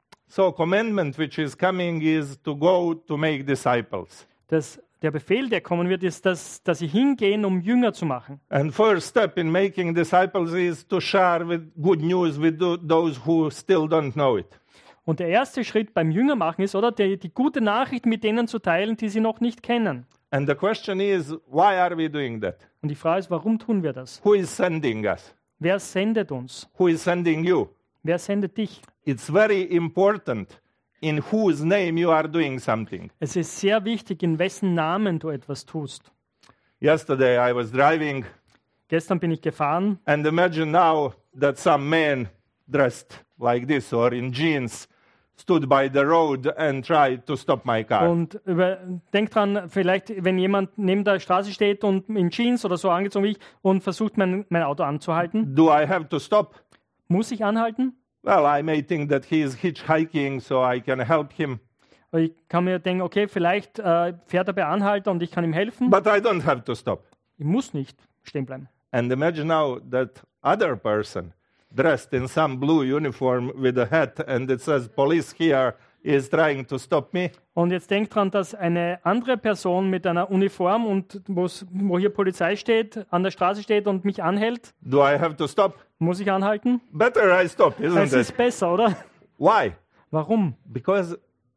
[SPEAKER 1] So commandment which is coming is to go to make disciples.
[SPEAKER 2] Der Befehl, der kommen wird, ist, dass sie hingehen, um Jünger zu machen.
[SPEAKER 1] And first step in making disciples is to share with good news with those who still don't know it.
[SPEAKER 2] Und der erste Schritt beim Jüngermachen ist, oder die gute Nachricht mit denen zu teilen, die sie noch nicht kennen.
[SPEAKER 1] And the question is, why are we doing that?
[SPEAKER 2] Und die Frage ist, warum tun wir das?
[SPEAKER 1] Who is sending us?
[SPEAKER 2] Wer sendet uns?
[SPEAKER 1] Who is sending you?
[SPEAKER 2] Wer sendet dich?
[SPEAKER 1] It's very important in whose name you are doing something.
[SPEAKER 2] Es ist sehr wichtig, in wessen Namen du etwas tust.
[SPEAKER 1] Yesterday I was driving,
[SPEAKER 2] Gestern bin ich gefahren
[SPEAKER 1] and imagine now that some man dressed like this or in jeans stood by the road and tried to stop my car.
[SPEAKER 2] und denk dran, vielleicht, wenn jemand neben der Straße steht und in Jeans oder so angezogen wie ich und versucht, mein Auto anzuhalten.
[SPEAKER 1] Do I have to stop?
[SPEAKER 2] Muss ich anhalten?
[SPEAKER 1] Well, I may think that he is hitchhiking, so I can help him.
[SPEAKER 2] Weil ich kann mir denken, okay, vielleicht fährt er bei Anhalter und ich kann ihm helfen.
[SPEAKER 1] But I don't have to stop.
[SPEAKER 2] Ich muss nicht stehen bleiben.
[SPEAKER 1] And imagine now that other person dressed in some blue uniform with a hat and it says police here is trying to stop me.
[SPEAKER 2] Und jetzt denk dran, dass eine andere Person mit einer Uniform und wo hier Polizei steht, an der Straße steht und mich anhält.
[SPEAKER 1] Do I have to stop?
[SPEAKER 2] Muss ich anhalten?
[SPEAKER 1] Better I stop, isn't
[SPEAKER 2] Es ist
[SPEAKER 1] it?
[SPEAKER 2] besser, oder?
[SPEAKER 1] Why?
[SPEAKER 2] Warum?
[SPEAKER 1] Because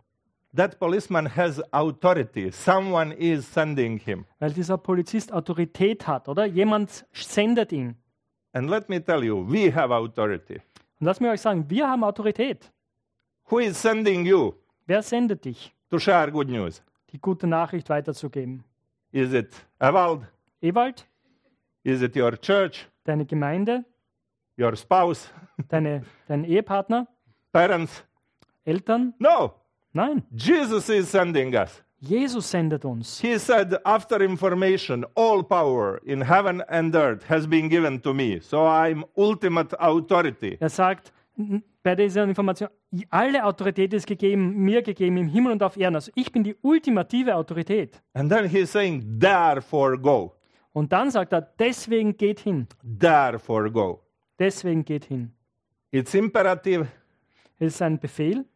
[SPEAKER 1] that policeman has authority. Someone is sending him.
[SPEAKER 2] Weil dieser Polizist Autorität hat, oder? Jemand sendet ihn.
[SPEAKER 1] And let me tell you, we have authority.
[SPEAKER 2] Und lass mich euch sagen, wir haben Autorität.
[SPEAKER 1] Who is sending you
[SPEAKER 2] Wer sendet dich,
[SPEAKER 1] to share good news?
[SPEAKER 2] die gute Nachricht weiterzugeben?
[SPEAKER 1] Is it Ewald?
[SPEAKER 2] Ewald,
[SPEAKER 1] Is it your church?
[SPEAKER 2] deine Gemeinde,
[SPEAKER 1] Your spouse?
[SPEAKER 2] dein Ehepartner,
[SPEAKER 1] Parents?
[SPEAKER 2] Eltern?
[SPEAKER 1] No.
[SPEAKER 2] Nein,
[SPEAKER 1] Jesus is sending us.
[SPEAKER 2] Jesus sendet uns.
[SPEAKER 1] He said, after information, all power in heaven and earth has been given to me. So I'm ultimate authority.
[SPEAKER 2] Er sagt, bei dieser Information, alle Autorität ist mir gegeben im Himmel und auf Erden. Also ich bin die ultimative Autorität.
[SPEAKER 1] And then he's saying, therefore go.
[SPEAKER 2] Und dann sagt er, deswegen geht hin.
[SPEAKER 1] Therefore go.
[SPEAKER 2] Deswegen geht hin.
[SPEAKER 1] It's imperative
[SPEAKER 2] Es ist ein Befehl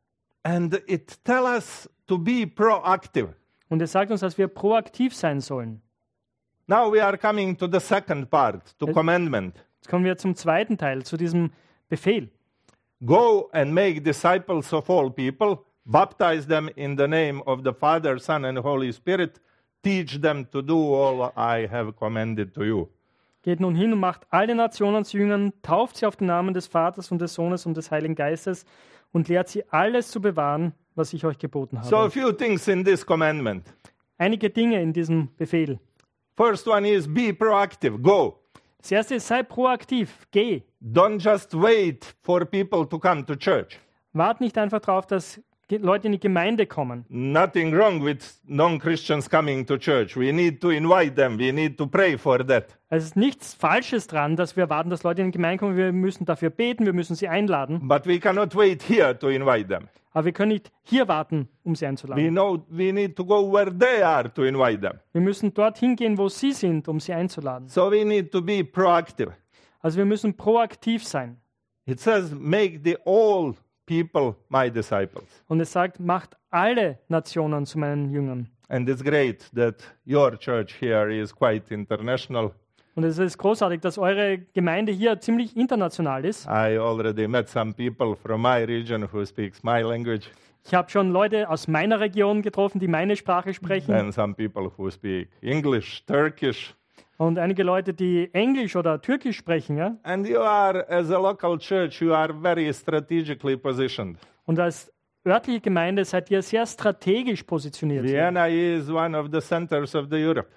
[SPEAKER 1] and it tells us to be proactive.
[SPEAKER 2] und er sagt uns, dass wir proaktiv sein sollen.
[SPEAKER 1] Now we are coming to the second part, to commandment.
[SPEAKER 2] Jetzt kommen wir zum zweiten Teil, zu diesem Befehl.
[SPEAKER 1] Go and make disciples of all people, baptize them in the name of the Father, Son, and Holy Spirit, teach them to do all I have commanded to you.
[SPEAKER 2] Geht nun hin und macht alle Nationen zu Jüngern, tauft sie auf den Namen des Vaters und des Sohnes und des Heiligen Geistes und lehrt sie alles zu bewahren, was ich euch geboten habe.
[SPEAKER 1] So a few things in this commandment.
[SPEAKER 2] Einige Dinge in diesem Befehl.
[SPEAKER 1] First one is be proactive, go.
[SPEAKER 2] Das erste ist, sei proaktiv, geh.
[SPEAKER 1] Don't just wait for people to come to church.
[SPEAKER 2] Wart nicht einfach darauf, dass Leute in die Gemeinde kommen.
[SPEAKER 1] Nothing wrong with non-Christians coming to church. We need to invite them. We need to pray for that.
[SPEAKER 2] Es ist nichts Falsches dran, dass wir erwarten, dass Leute in die Gemeinde kommen. Wir müssen dafür beten, wir müssen sie einladen.
[SPEAKER 1] But we cannot wait here to invite them.
[SPEAKER 2] Aber wir können nicht hier warten, um sie einzuladen.
[SPEAKER 1] We know we need to go where they are to invite them.
[SPEAKER 2] Wir müssen dorthin gehen, wo sie sind, um sie einzuladen.
[SPEAKER 1] So we need to be proactive.
[SPEAKER 2] Also wir müssen proaktiv sein.
[SPEAKER 1] It says, make the all people my disciples.
[SPEAKER 2] Und es sagt, macht alle Nationen zu meinen Jüngern.
[SPEAKER 1] And it's great that your church here is quite international.
[SPEAKER 2] Und es ist großartig, dass eure Gemeinde hier ziemlich international ist.
[SPEAKER 1] I already met some people from my region who speaks my language,
[SPEAKER 2] Ich habe schon Leute aus meiner Region getroffen, die meine Sprache sprechen.
[SPEAKER 1] and some people who speak English, Turkish.
[SPEAKER 2] Und einige Leute, die Englisch oder Türkisch sprechen. Ja?
[SPEAKER 1] And you are, as a local church, you are very strategically positioned.
[SPEAKER 2] Und als örtliche Gemeinde seid ihr sehr strategisch positioniert.
[SPEAKER 1] Vienna is one of the centers of the Europe.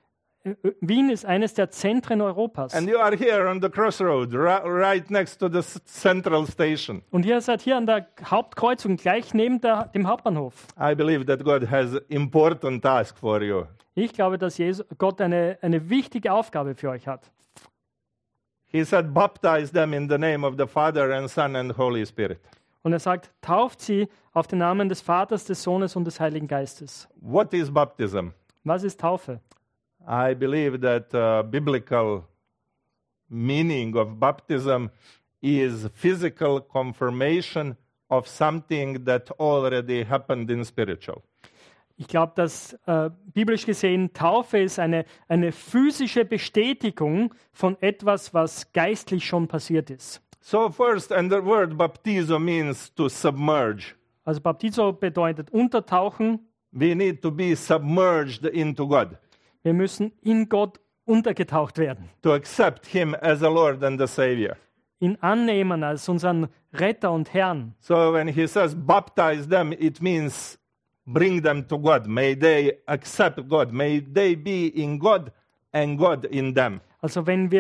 [SPEAKER 2] Wien ist eines der Zentren Europas.
[SPEAKER 1] And you are here on the crossroad, right next to the central station.
[SPEAKER 2] Und ihr seid hier an der Hauptkreuzung, gleich neben dem Hauptbahnhof.
[SPEAKER 1] I believe that God has important task for you.
[SPEAKER 2] Ich glaube, dass Gott eine wichtige Aufgabe für euch hat.
[SPEAKER 1] He said, baptize them in the name of the Father and Son and Holy Spirit.
[SPEAKER 2] Und er sagt, tauft sie auf den Namen des Vaters, des Sohnes und des Heiligen Geistes.
[SPEAKER 1] What is baptism?
[SPEAKER 2] Was ist Taufe?
[SPEAKER 1] I believe that biblical meaning of baptism is physical confirmation of something that already happened in spiritual.
[SPEAKER 2] Ich glaube, dass biblisch gesehen Taufe ist eine physische Bestätigung von etwas, was geistlich schon passiert ist.
[SPEAKER 1] So first, and the word baptizo means to submerge.
[SPEAKER 2] Also Baptizo bedeutet untertauchen.
[SPEAKER 1] We need to be submerged into God,
[SPEAKER 2] Wir müssen in Gott untergetaucht werden.
[SPEAKER 1] to accept Him as a Lord and a Savior.
[SPEAKER 2] Ihn annehmen als unseren Retter und Herrn.
[SPEAKER 1] So when He says baptize them, it means bring them to God. May they accept God. May they be in God and God in them.
[SPEAKER 2] Also wenn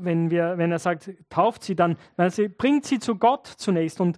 [SPEAKER 2] er sagt, tauft sie, dann bringt sie zu Gott zunächst und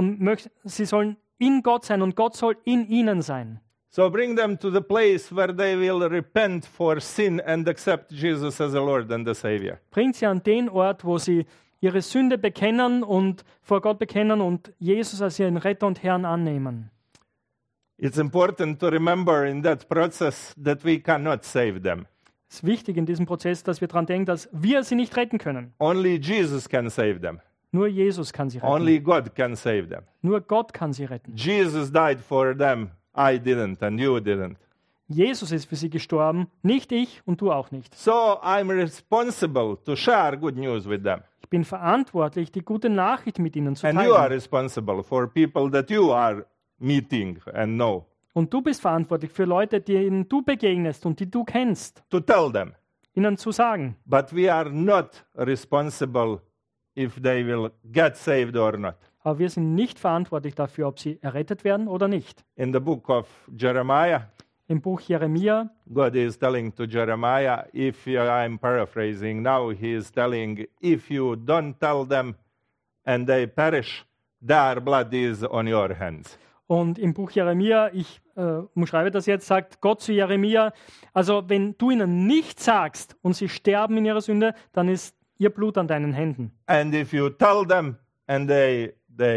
[SPEAKER 2] sie sollen in Gott sein und Gott soll in ihnen sein.
[SPEAKER 1] So bring them to the place where they will repent for sin and accept Jesus as a Lord and a Savior.
[SPEAKER 2] Bringt sie an den Ort, wo sie ihre Sünde bekennen und vor Gott bekennen und Jesus als ihren Retter und Herrn annehmen.
[SPEAKER 1] It's important to remember in that process that we cannot save them.
[SPEAKER 2] Es ist wichtig in diesem Prozess, dass wir daran denken, dass wir sie nicht retten können.
[SPEAKER 1] Only Jesus can save them.
[SPEAKER 2] Nur Jesus kann sie retten.
[SPEAKER 1] Only God can save them.
[SPEAKER 2] Nur Gott kann sie retten.
[SPEAKER 1] Jesus died for them. I didn't and you didn't.
[SPEAKER 2] Jesus ist für sie gestorben, nicht ich und du auch nicht.
[SPEAKER 1] So I'm responsible to share good news with them.
[SPEAKER 2] Ich bin verantwortlich, die gute Nachricht mit ihnen zu
[SPEAKER 1] And you are
[SPEAKER 2] teilen.
[SPEAKER 1] responsible for people that you are meeting and know.
[SPEAKER 2] Und du bist verantwortlich für Leute, denen du begegnest und die du kennst,
[SPEAKER 1] To tell them.
[SPEAKER 2] ihnen zu sagen.
[SPEAKER 1] But we are not responsible if they will get saved or not.
[SPEAKER 2] Aber wir sind nicht verantwortlich dafür, ob sie errettet werden oder nicht.
[SPEAKER 1] In the book of Jeremiah,
[SPEAKER 2] Im Buch Jeremia
[SPEAKER 1] God is telling to Jeremiah, I'm paraphrasing now, He is telling, if you don't tell them and they perish, their blood is on your hands.
[SPEAKER 2] und im Buch Jeremia, ich umschreibe das jetzt, sagt Gott zu Jeremia, also wenn du ihnen nicht sagst und sie sterben in ihrer Sünde, dann ist ihr Blut an deinen Händen.
[SPEAKER 1] And if you tell them and they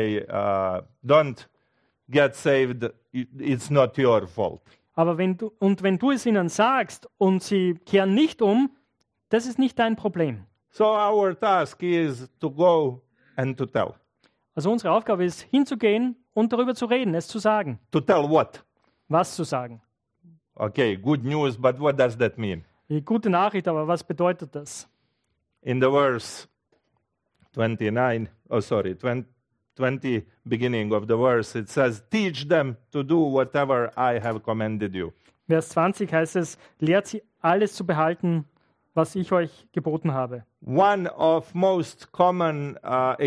[SPEAKER 1] don't get saved, it's not your fault.
[SPEAKER 2] Aber wenn du es ihnen sagst und sie kehren nicht um, das ist nicht dein Problem.
[SPEAKER 1] So our task is to go and to tell.
[SPEAKER 2] Also unsere Aufgabe ist, hinzugehen und darüber zu reden, es zu sagen.
[SPEAKER 1] To tell what?
[SPEAKER 2] Was zu sagen.
[SPEAKER 1] Okay, good news, but what does that mean?
[SPEAKER 2] Die gute Nachricht, aber was bedeutet das?
[SPEAKER 1] In the verse 20 beginning of the verse, it says, teach them to do whatever I have commanded you.
[SPEAKER 2] Vers 20 heißt es, lehrt sie alles zu behalten, was ich euch geboten habe.
[SPEAKER 1] One of most common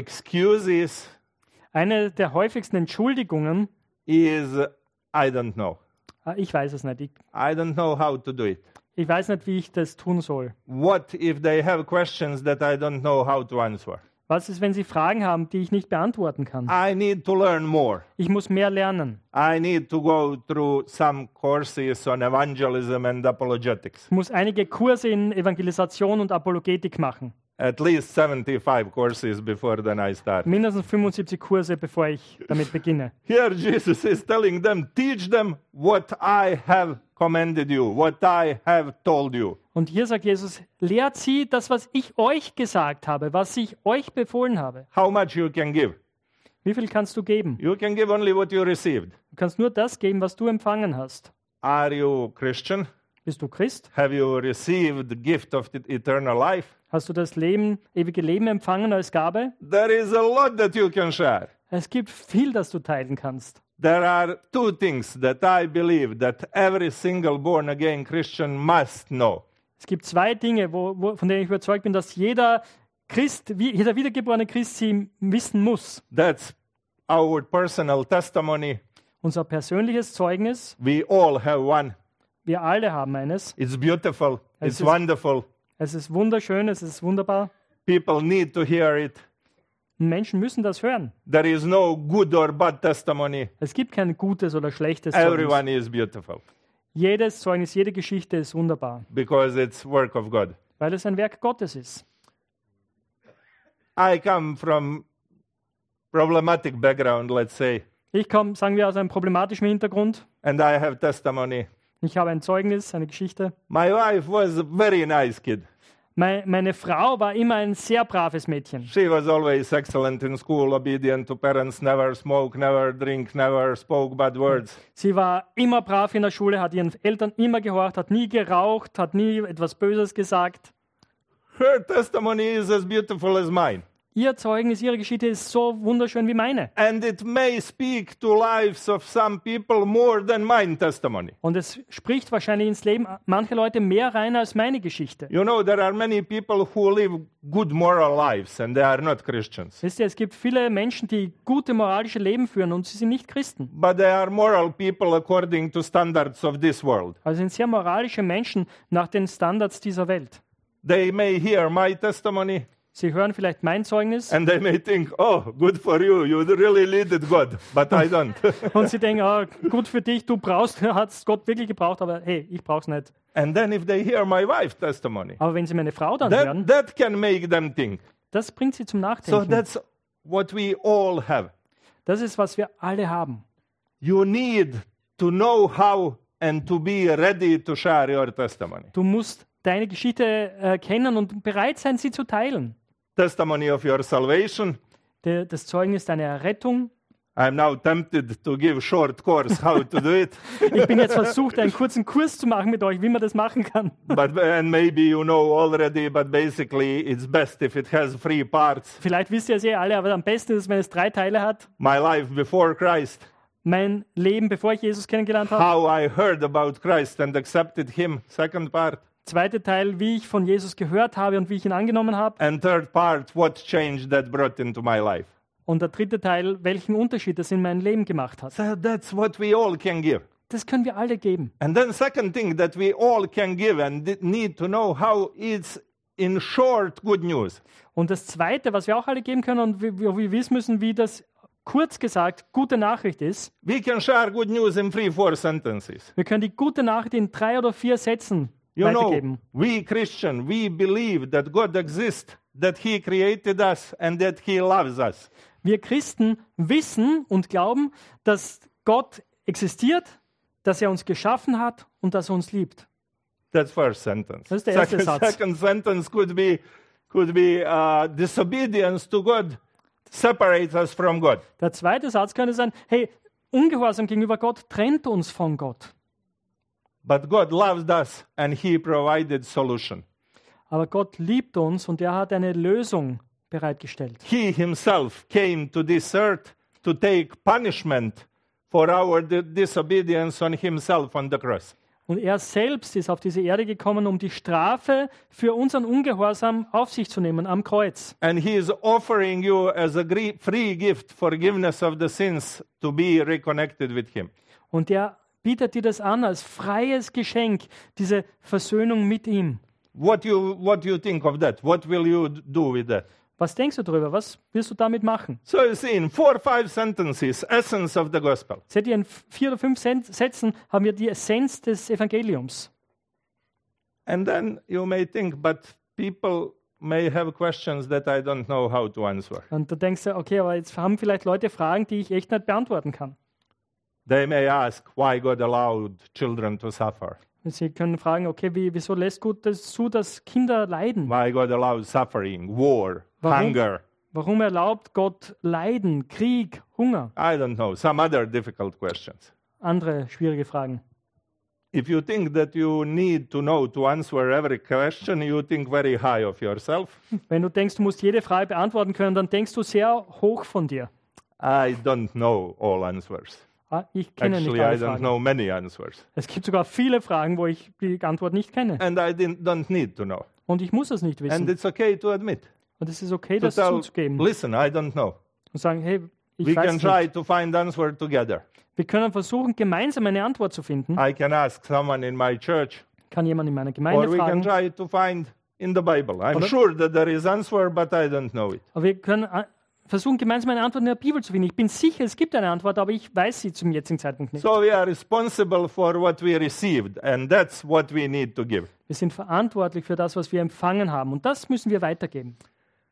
[SPEAKER 1] excuses
[SPEAKER 2] Eine der häufigsten Entschuldigungen,
[SPEAKER 1] is, I don't know.
[SPEAKER 2] ich weiß es nicht,
[SPEAKER 1] I don't know how to do it.
[SPEAKER 2] ich weiß nicht, wie ich das tun soll.
[SPEAKER 1] What if they have questions that I don't know how to answer?
[SPEAKER 2] Was ist, wenn sie Fragen haben, die ich nicht beantworten kann?
[SPEAKER 1] I need to learn more.
[SPEAKER 2] Ich muss mehr lernen.
[SPEAKER 1] I need to go through some courses on evangelism and apologetics.
[SPEAKER 2] Ich muss einige Kurse in Evangelisation und Apologetik machen.
[SPEAKER 1] At least 75 courses before then I start.
[SPEAKER 2] Mindestens 75 Kurse, bevor ich damit beginne.
[SPEAKER 1] Here Jesus is telling them, teach them what I have commanded you, what I have told you.
[SPEAKER 2] Und hier sagt Jesus, lehrt sie das, was ich euch gesagt habe, was ich euch befohlen habe.
[SPEAKER 1] How much you can give?
[SPEAKER 2] Wie viel kannst du geben?
[SPEAKER 1] You can give only what you received.
[SPEAKER 2] Du kannst nur das geben, was du empfangen hast.
[SPEAKER 1] Are you Christian?
[SPEAKER 2] Bist du Christ?
[SPEAKER 1] Have you received the gift of the eternal life?
[SPEAKER 2] Hast du das ewige Leben empfangen als Gabe?
[SPEAKER 1] There is a lot that you can share.
[SPEAKER 2] Es gibt viel, das du teilen kannst.
[SPEAKER 1] There are two things that I believe that every single born-again Christian must know.
[SPEAKER 2] Es gibt zwei Dinge, von denen ich überzeugt bin, dass jeder Christ, jeder wiedergeborene Christ sie wissen muss.
[SPEAKER 1] That's our personal testimony.
[SPEAKER 2] Unser persönliches Zeugnis,
[SPEAKER 1] We all have one.
[SPEAKER 2] wir alle haben eines.
[SPEAKER 1] It's beautiful. It's
[SPEAKER 2] ist-
[SPEAKER 1] wonderful.
[SPEAKER 2] Es ist wunderschön, es ist wunderbar.
[SPEAKER 1] People need to hear it.
[SPEAKER 2] Und Menschen müssen das hören.
[SPEAKER 1] There is no good or bad testimony.
[SPEAKER 2] Es gibt kein gutes oder schlechtes Zeugnis.
[SPEAKER 1] Everyone is beautiful
[SPEAKER 2] Jedes Zeugnis, jede Geschichte ist wunderbar,
[SPEAKER 1] because it's work of God.
[SPEAKER 2] weil es ein Werk Gottes ist.
[SPEAKER 1] I come from problematic background, let's say,
[SPEAKER 2] Ich komme, sagen wir, aus einem problematischen Hintergrund.
[SPEAKER 1] and I have testimony.
[SPEAKER 2] Ich habe ein Zeugnis, eine Geschichte.
[SPEAKER 1] My wife was a very nice kid.
[SPEAKER 2] Meine Frau war immer ein sehr braves Mädchen.
[SPEAKER 1] She was always excellent in school, obedient to parents, never smoke, never drink, never spoke bad words.
[SPEAKER 2] Sie war immer brav in der Schule, hat ihren Eltern immer gehorcht, hat nie geraucht, hat nie etwas Böses gesagt.
[SPEAKER 1] Her testimony is as beautiful as mine.
[SPEAKER 2] Ihr Zeugnis, ihre Geschichte ist so wunderschön wie meine.
[SPEAKER 1] And it may speak to lives of some people more than my testimony.
[SPEAKER 2] Und es spricht wahrscheinlich ins Leben mancher Leute mehr rein als meine Geschichte.
[SPEAKER 1] You know, there are many people who live good moral lives and they are not Christians.
[SPEAKER 2] Wisst ihr, es gibt viele Menschen, die gute moralische Leben führen und sie sind nicht Christen.
[SPEAKER 1] But they are moral people according to standards of this world.
[SPEAKER 2] Also sind sehr moralische Menschen nach den Standards dieser Welt.
[SPEAKER 1] They may hear my testimony
[SPEAKER 2] Sie hören vielleicht mein Zeugnis
[SPEAKER 1] and they may think, oh, good for you, you really needed God, but I don't.
[SPEAKER 2] und sie denken, oh, gut für dich, du brauchst, hat es Gott wirklich gebraucht, aber hey, ich brauche es nicht.
[SPEAKER 1] And then if they hear my wife's testimony,
[SPEAKER 2] Aber wenn sie meine Frau dann hören,
[SPEAKER 1] that can make them think.
[SPEAKER 2] das bringt sie zum
[SPEAKER 1] So
[SPEAKER 2] Nachdenken.
[SPEAKER 1] that's what we all have.
[SPEAKER 2] Das ist, was wir alle haben.
[SPEAKER 1] You need to know how and to be ready to share your testimony.
[SPEAKER 2] Du musst deine Geschichte kennen und bereit sein, sie zu teilen.
[SPEAKER 1] Testimony of your salvation.
[SPEAKER 2] Das Zeugnis deiner Errettung.
[SPEAKER 1] I'm now tempted to give short course how to do it.
[SPEAKER 2] Ich bin jetzt versucht, einen kurzen Kurs zu machen mit euch, wie man das machen kann.
[SPEAKER 1] And maybe you know already, but basically it's best if it has 3 parts.
[SPEAKER 2] Vielleicht wisst ihr es alle, aber am besten ist es, wenn es 3 Teile hat.
[SPEAKER 1] My life before Christ.
[SPEAKER 2] Mein Leben, bevor ich Jesus kennengelernt habe.
[SPEAKER 1] How I heard about Christ and accepted Him. Second part.
[SPEAKER 2] Zweiter Teil, wie ich von Jesus gehört habe und wie ich ihn angenommen habe.
[SPEAKER 1] And third part, what change that brought into my life.
[SPEAKER 2] Und der dritte Teil, welchen Unterschied das in meinem Leben gemacht hat.
[SPEAKER 1] So that's what we all can give.
[SPEAKER 2] Das können wir alle geben.
[SPEAKER 1] And then second thing that we all can give and need to know how it's in short good news.
[SPEAKER 2] Und das Zweite, was wir auch alle geben können und wir wissen müssen, wie das kurz gesagt gute Nachricht ist.
[SPEAKER 1] We can share good news in 3-4 sentences.
[SPEAKER 2] Wir können die gute Nachricht in 3 oder 4 Sätzen
[SPEAKER 1] You know,
[SPEAKER 2] weitergeben.
[SPEAKER 1] we Christian, we believe that God exists, that He created us and that He loves us.
[SPEAKER 2] Wir Christen wissen und glauben, dass Gott existiert, dass er uns geschaffen hat und dass er uns liebt.
[SPEAKER 1] That's first sentence.
[SPEAKER 2] Das ist der erste Satz.
[SPEAKER 1] Second sentence could be disobedience to God separates us from God.
[SPEAKER 2] Der zweite Satz könnte sein, hey, Ungehorsam gegenüber Gott trennt uns von Gott.
[SPEAKER 1] But God loves us and He provided solution.
[SPEAKER 2] Aber Gott liebt uns und er hat eine Lösung bereitgestellt.
[SPEAKER 1] He Himself came to this earth to take punishment for our disobedience on Himself on the cross.
[SPEAKER 2] Und er selbst ist auf diese Erde gekommen, um die Strafe für unseren Ungehorsam auf sich zu nehmen am Kreuz.
[SPEAKER 1] And He is offering you as a free gift forgiveness of the sins to be reconnected with Him.
[SPEAKER 2] Und er bietet dir das an als freies Geschenk, diese Versöhnung mit ihm.
[SPEAKER 1] What do you think of that? What will you do with that?
[SPEAKER 2] Was denkst du darüber? Was wirst du damit machen?
[SPEAKER 1] So you see, in 4-5 sentences, essence of the gospel.
[SPEAKER 2] Seht ihr, in 4 oder 5 Sätzen haben wir die Essenz des Evangeliums.
[SPEAKER 1] And then you may think, but people may have questions that I don't know how to answer.
[SPEAKER 2] Und du denkst ja, okay, aber jetzt haben vielleicht Leute Fragen, die ich echt nicht beantworten kann.
[SPEAKER 1] They may ask why God allowed children to suffer,
[SPEAKER 2] Sie können fragen, okay, wieso lässt Gott das zu, dass Kinder leiden?
[SPEAKER 1] why God allows suffering, war,
[SPEAKER 2] Warum?
[SPEAKER 1] hunger.
[SPEAKER 2] Warum erlaubt Gott Leiden, Krieg, Hunger?
[SPEAKER 1] I don't know, some other difficult questions.
[SPEAKER 2] Andere schwierige Fragen.
[SPEAKER 1] If you think that you need to know to answer every question, you think very high of yourself.
[SPEAKER 2] Wenn du denkst, du musst jede Frage beantworten können, dann denkst du sehr hoch von dir.
[SPEAKER 1] I don't know all answers.
[SPEAKER 2] Ich kenne
[SPEAKER 1] Actually,
[SPEAKER 2] nicht
[SPEAKER 1] I
[SPEAKER 2] alle
[SPEAKER 1] don't
[SPEAKER 2] Fragen.
[SPEAKER 1] know many answers.
[SPEAKER 2] Es gibt sogar viele Fragen, wo ich die Antwort nicht kenne.
[SPEAKER 1] And I don't need to know.
[SPEAKER 2] Und ich muss es nicht
[SPEAKER 1] And
[SPEAKER 2] wissen.
[SPEAKER 1] it's okay to admit.
[SPEAKER 2] Und es ist okay,
[SPEAKER 1] To
[SPEAKER 2] das
[SPEAKER 1] tell,
[SPEAKER 2] zuzugeben.
[SPEAKER 1] listen, I don't know.
[SPEAKER 2] Und sagen, hey, ich
[SPEAKER 1] We
[SPEAKER 2] weiß
[SPEAKER 1] can
[SPEAKER 2] es
[SPEAKER 1] try
[SPEAKER 2] nicht.
[SPEAKER 1] to find answer together.
[SPEAKER 2] Wir können versuchen, gemeinsam eine Antwort zu finden.
[SPEAKER 1] I can ask someone in my church,
[SPEAKER 2] Kann jemand in meiner
[SPEAKER 1] or
[SPEAKER 2] Gemeinde
[SPEAKER 1] we can
[SPEAKER 2] fragen.
[SPEAKER 1] try to find in the Bible. I'm
[SPEAKER 2] Oder-
[SPEAKER 1] sure that there is answer, but I don't know it.
[SPEAKER 2] Aber wir können versuchen, gemeinsam eine Antwort in der Bibel zu finden. Ich bin sicher, es gibt eine Antwort, aber ich weiß sie zum jetzigen Zeitpunkt nicht.
[SPEAKER 1] So we are responsible for what we received, and that's what we need to give.
[SPEAKER 2] Wir sind verantwortlich für das, was wir empfangen haben. Und das müssen wir weitergeben.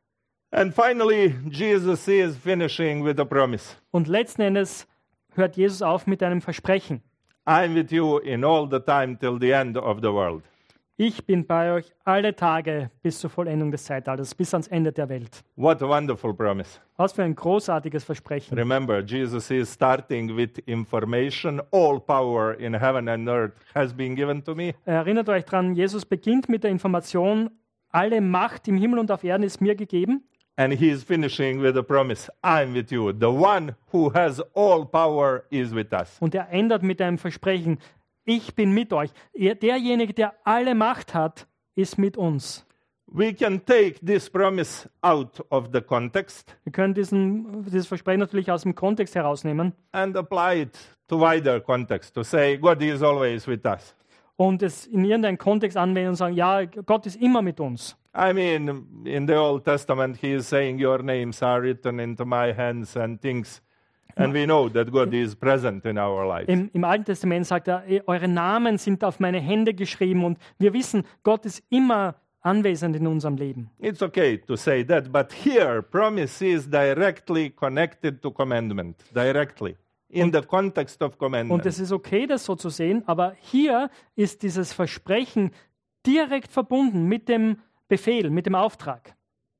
[SPEAKER 1] And finally, Jesus is finishing with a promise.
[SPEAKER 2] Und letzten Endes hört Jesus auf mit einem Versprechen.
[SPEAKER 1] I'm with you in all the time till the end of the world.
[SPEAKER 2] Ich bin bei euch alle Tage bis zur Vollendung des Zeitalters, bis ans Ende der Welt.
[SPEAKER 1] What a wonderful promise.
[SPEAKER 2] Was für ein großartiges Versprechen.
[SPEAKER 1] Remember, Jesus is starting with information. All power in heaven and earth has been given to me.
[SPEAKER 2] Erinnert euch dran, Jesus beginnt mit der Information, alle Macht im Himmel und auf Erden ist mir gegeben.
[SPEAKER 1] And he is finishing with a promise. I'm with you. The one who has all power is with us.
[SPEAKER 2] Und er endet mit einem Versprechen, ich bin mit euch. Derjenige, der alle Macht hat, ist mit uns.
[SPEAKER 1] We can take this promise out of the context
[SPEAKER 2] Wir können dieses Versprechen natürlich aus dem Kontext herausnehmen
[SPEAKER 1] and apply it to wider context, to say God is always with us.
[SPEAKER 2] und es in irgendeinen Kontext anwenden und sagen, ja, Gott ist immer mit uns.
[SPEAKER 1] I mean, in the Old Testament, he is saying, your names are written into my hands and things. And we know that God is present in our lives.
[SPEAKER 2] Im Alten Testament sagt er, eure Namen sind auf meine Hände geschrieben und wir wissen, Gott ist immer anwesend in unserem Leben.
[SPEAKER 1] It's okay to say that, but here, promise is directly connected to commandment, directly, in the context of commandment.
[SPEAKER 2] Und es ist okay, das so zu sehen, aber hier ist dieses Versprechen direkt verbunden mit dem Befehl, mit dem Auftrag.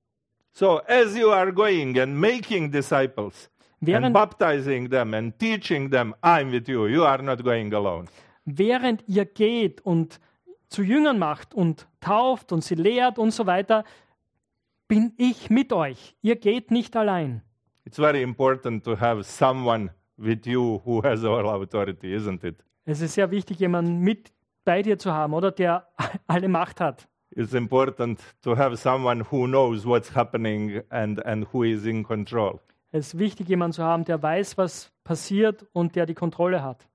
[SPEAKER 1] So, as you are going and making disciples, and
[SPEAKER 2] Während,
[SPEAKER 1] baptizing them and teaching them, I'm with you. You are not going alone.
[SPEAKER 2] während ihr geht und zu Jüngern macht und tauft und sie lehrt und so weiter, bin ich mit euch. Ihr geht nicht allein.
[SPEAKER 1] It's very important to have someone with you who has all authority, isn't it?
[SPEAKER 2] Es ist sehr wichtig, jemanden mit bei dir zu haben, oder der alle Macht hat.
[SPEAKER 1] It's important to have someone who knows what's happening and who is in control.
[SPEAKER 2] Es ist wichtig, jemanden zu haben, der weiß, was passiert und der die Kontrolle hat.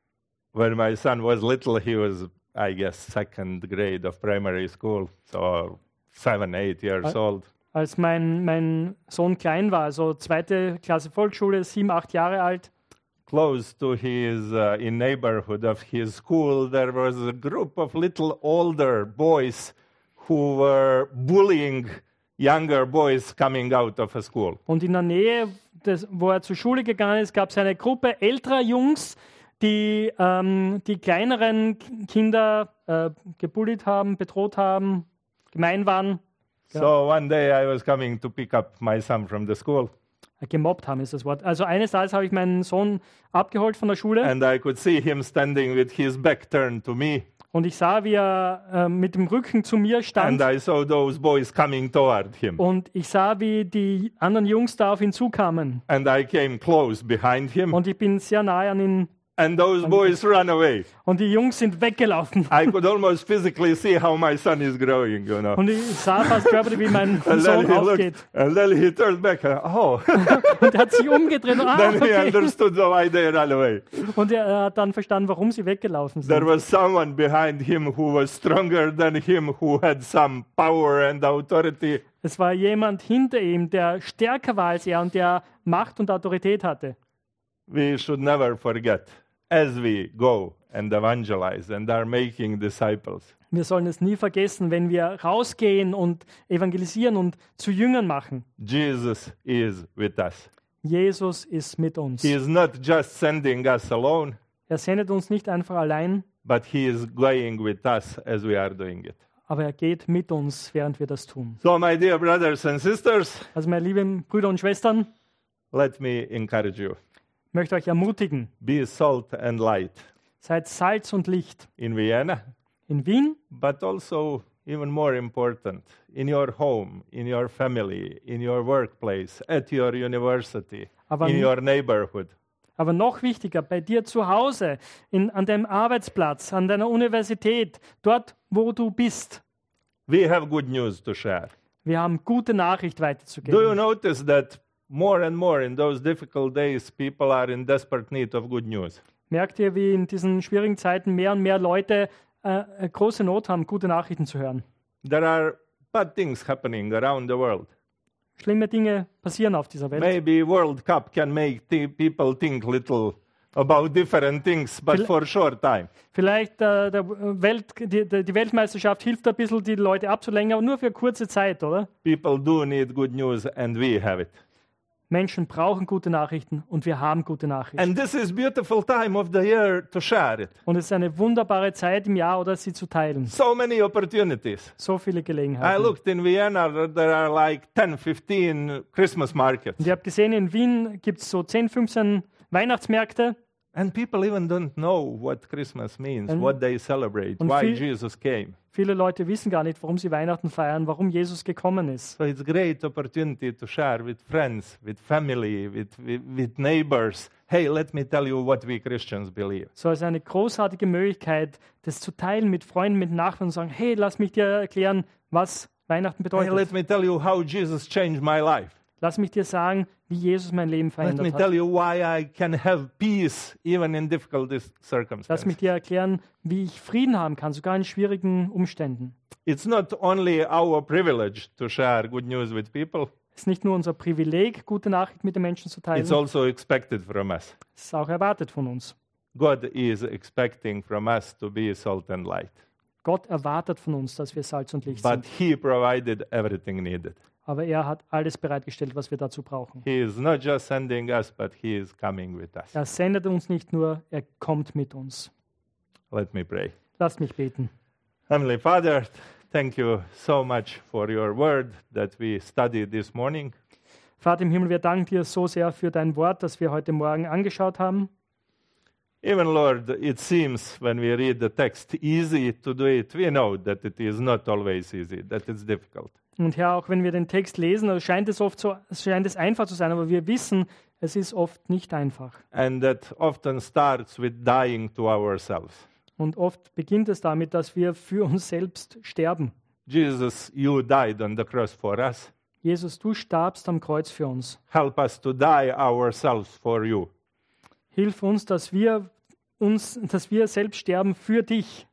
[SPEAKER 1] When my son was little, he was, I guess, second grade of primary school, so 7, 8 years old.
[SPEAKER 2] Als mein Sohn klein war, also 2. Klasse Volksschule, 7, 8 Jahre alt,
[SPEAKER 1] Close to his in neighborhood of his school, there was a group of little older boys who were bullying younger boys coming out of a school.
[SPEAKER 2] und in der Nähe, wo er zur Schule gegangen ist, gab es eine Gruppe älterer Jungs, die die kleineren Kinder gebullied haben, bedroht haben, gemein waren.
[SPEAKER 1] So one day I was coming to pick up my son from the school,
[SPEAKER 2] Gemobbt haben ist das Wort. Also eines Tages habe ich meinen Sohn abgeholt von der Schule
[SPEAKER 1] and I could see him standing with his back turned to me,
[SPEAKER 2] und ich sah, wie er mit dem Rücken zu mir
[SPEAKER 1] and
[SPEAKER 2] stand
[SPEAKER 1] I saw those boys coming toward him.
[SPEAKER 2] und ich sah, wie die anderen Jungs da auf ihn zukamen
[SPEAKER 1] And I came close behind him,
[SPEAKER 2] und ich bin sehr nahe an ihn
[SPEAKER 1] and those boys ran away.
[SPEAKER 2] und die Jungs sind weggelaufen
[SPEAKER 1] I could almost physically see how my son is growing, you know.
[SPEAKER 2] und ich sah fast körperlich, wie mein
[SPEAKER 1] And then
[SPEAKER 2] Sohn
[SPEAKER 1] he
[SPEAKER 2] aufgeht
[SPEAKER 1] looked, and then he turned back. Oh,
[SPEAKER 2] und er hat sich umgedreht und,
[SPEAKER 1] then he
[SPEAKER 2] okay.
[SPEAKER 1] understood why they ran away.
[SPEAKER 2] Und er hat dann verstanden, warum sie weggelaufen
[SPEAKER 1] There
[SPEAKER 2] sind.
[SPEAKER 1] was someone behind him who was stronger than him, who had some power and authority.
[SPEAKER 2] Es war jemand hinter ihm, der stärker war als er und der Macht und Autorität hatte.
[SPEAKER 1] We should never forget, as we go and evangelize and are making disciples,
[SPEAKER 2] Wir sollen es nie vergessen, wenn wir rausgehen und evangelisieren und zu Jüngern machen.
[SPEAKER 1] Jesus is with us.
[SPEAKER 2] Jesus ist mit uns.
[SPEAKER 1] He is not just sending us alone,
[SPEAKER 2] Er sendet uns nicht einfach allein,
[SPEAKER 1] but he is going with us as we are doing it.
[SPEAKER 2] aber er geht mit uns, während wir das tun.
[SPEAKER 1] So, my dear brothers and sisters,
[SPEAKER 2] Also meine lieben Brüder und Schwestern,
[SPEAKER 1] let me encourage you.
[SPEAKER 2] ich möchte euch ermutigen,
[SPEAKER 1] Be salt and light
[SPEAKER 2] seid Salz und Licht.
[SPEAKER 1] in Vienna,
[SPEAKER 2] In Wien,
[SPEAKER 1] but also, even more important, in your home, in your family, in your workplace, at your university,
[SPEAKER 2] Aber
[SPEAKER 1] in your neighborhood.
[SPEAKER 2] aber noch wichtiger, bei dir zu Hause, an deinem Arbeitsplatz, an deiner Universität, dort, wo du bist.
[SPEAKER 1] We have good news to share.
[SPEAKER 2] Wir haben gute Nachricht
[SPEAKER 1] Do you
[SPEAKER 2] weiterzugeben.
[SPEAKER 1] notice that more and more in those difficult days, people are in desperate need of good news?
[SPEAKER 2] Merkt ihr, wie in diesen schwierigen Zeiten mehr und mehr Leute große Not haben, gute Nachrichten zu hören?
[SPEAKER 1] There are bad things happening around the world.
[SPEAKER 2] Schlimme Dinge passieren auf dieser Welt.
[SPEAKER 1] Maybe World Cup can make people think little about different things, but for a short time.
[SPEAKER 2] Vielleicht die Weltmeisterschaft hilft ein bisschen, die Leute abzulenken, aber nur für eine kurze Zeit, oder?
[SPEAKER 1] People do need good news, and we have it.
[SPEAKER 2] Menschen brauchen gute Nachrichten und wir haben gute Nachrichten.
[SPEAKER 1] And this is beautiful time of the year to share it.
[SPEAKER 2] Und es ist eine wunderbare Zeit im Jahr, oder sie zu teilen.
[SPEAKER 1] So many opportunities.
[SPEAKER 2] So viele
[SPEAKER 1] I
[SPEAKER 2] Gelegenheiten.
[SPEAKER 1] looked in Vienna, there are like 10, 15 Christmas markets.
[SPEAKER 2] Und ihr habt gesehen, in Wien gibt es so 10, 15 Weihnachtsmärkte.
[SPEAKER 1] And people even don't know what Christmas means,
[SPEAKER 2] And-
[SPEAKER 1] what they celebrate,
[SPEAKER 2] and
[SPEAKER 1] why
[SPEAKER 2] fe-
[SPEAKER 1] Jesus came.
[SPEAKER 2] Viele Leute wissen gar nicht, warum sie Weihnachten feiern, warum Jesus gekommen ist.
[SPEAKER 1] So it's a great opportunity to share with friends, with family, with neighbors. Hey, let me tell you what we Christians believe.
[SPEAKER 2] So ist eine großartige Möglichkeit, das zu teilen mit Freunden, mit Nachbarn und sagen, hey, lass mich dir erklären, was Weihnachten
[SPEAKER 1] Hey,
[SPEAKER 2] bedeutet.
[SPEAKER 1] let me tell you how Jesus changed my life.
[SPEAKER 2] Lass mich dir sagen, wie Jesus mein Leben
[SPEAKER 1] Let me
[SPEAKER 2] verändert
[SPEAKER 1] tell
[SPEAKER 2] hat.
[SPEAKER 1] you why I can have peace even in difficult
[SPEAKER 2] Lass
[SPEAKER 1] circumstances.
[SPEAKER 2] mich dir erklären, wie ich Frieden haben kann, sogar in schwierigen Umständen.
[SPEAKER 1] It's not only our privilege to share good news with people,
[SPEAKER 2] Es ist nicht nur unser Privileg, gute Nachrichten mit den Menschen zu teilen,
[SPEAKER 1] it's also expected from us.
[SPEAKER 2] es ist auch erwartet von uns.
[SPEAKER 1] God is expecting from us to be salt and light.
[SPEAKER 2] Gott erwartet von uns, dass wir Salz und Licht
[SPEAKER 1] But
[SPEAKER 2] sind.
[SPEAKER 1] He provided everything needed.
[SPEAKER 2] Aber er hat alles bereitgestellt, was wir dazu brauchen.
[SPEAKER 1] He is not just sending us, but He is coming with us.
[SPEAKER 2] Er sendet uns nicht nur, er kommt mit uns.
[SPEAKER 1] Let me pray.
[SPEAKER 2] Lasst mich beten.
[SPEAKER 1] Heavenly Father, thank you so much for your word that we studied this morning.
[SPEAKER 2] Vater im Himmel, wir danken dir so sehr für dein Wort, das wir heute Morgen angeschaut haben.
[SPEAKER 1] Even, Lord, it seems when we read the text easy to do it, we know that it is not always easy, that it's difficult.
[SPEAKER 2] Und Herr, auch wenn wir den Text lesen, also scheint es einfach zu sein, aber wir wissen, es ist oft nicht einfach.
[SPEAKER 1] And that often starts with dying to ourselves.
[SPEAKER 2] Und oft beginnt es damit, dass wir für uns selbst sterben.
[SPEAKER 1] Jesus, you died on the cross for us.
[SPEAKER 2] Jesus, du starbst am Kreuz für uns.
[SPEAKER 1] Help us to die ourselves for you.
[SPEAKER 2] Hilf uns, dass wir selbst sterben für dich.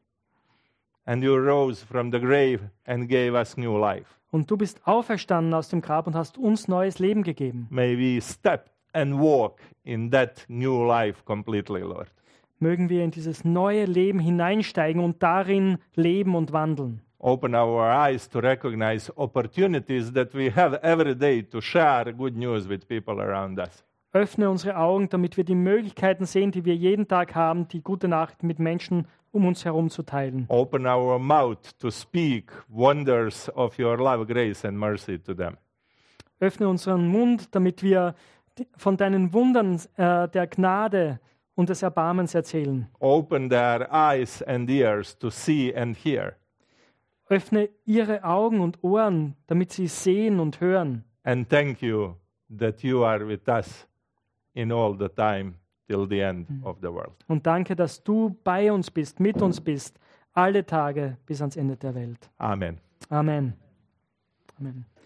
[SPEAKER 1] And you rose from the grave and gave us new life.
[SPEAKER 2] Und du bist auferstanden aus dem Grab und hast uns neues Leben gegeben.
[SPEAKER 1] May we step and walk in that new life completely, Lord.
[SPEAKER 2] Mögen wir in dieses neue Leben hineinsteigen und darin leben und wandeln.
[SPEAKER 1] Open our eyes to recognize opportunities that we have every day to share good news with people around us.
[SPEAKER 2] Öffne unsere Augen, damit wir die Möglichkeiten sehen, die wir jeden Tag haben, die gute Nachrichten mit Menschen um uns herum zu teilen.
[SPEAKER 1] Open our mouth to speak wonders of your love, grace and mercy to them.
[SPEAKER 2] Öffne unseren Mund, damit wir von deinen Wundern der Gnade und des Erbarmens erzählen.
[SPEAKER 1] Open their eyes and ears to see and hear.
[SPEAKER 2] Öffne ihre Augen und Ohren, damit sie sehen und hören.
[SPEAKER 1] And thank you that you are with us in all the time till the end of the world.
[SPEAKER 2] Und danke, dass du bei uns bist, mit uns bist, alle Tage bis ans Ende der Welt.
[SPEAKER 1] Amen.
[SPEAKER 2] Amen. Amen.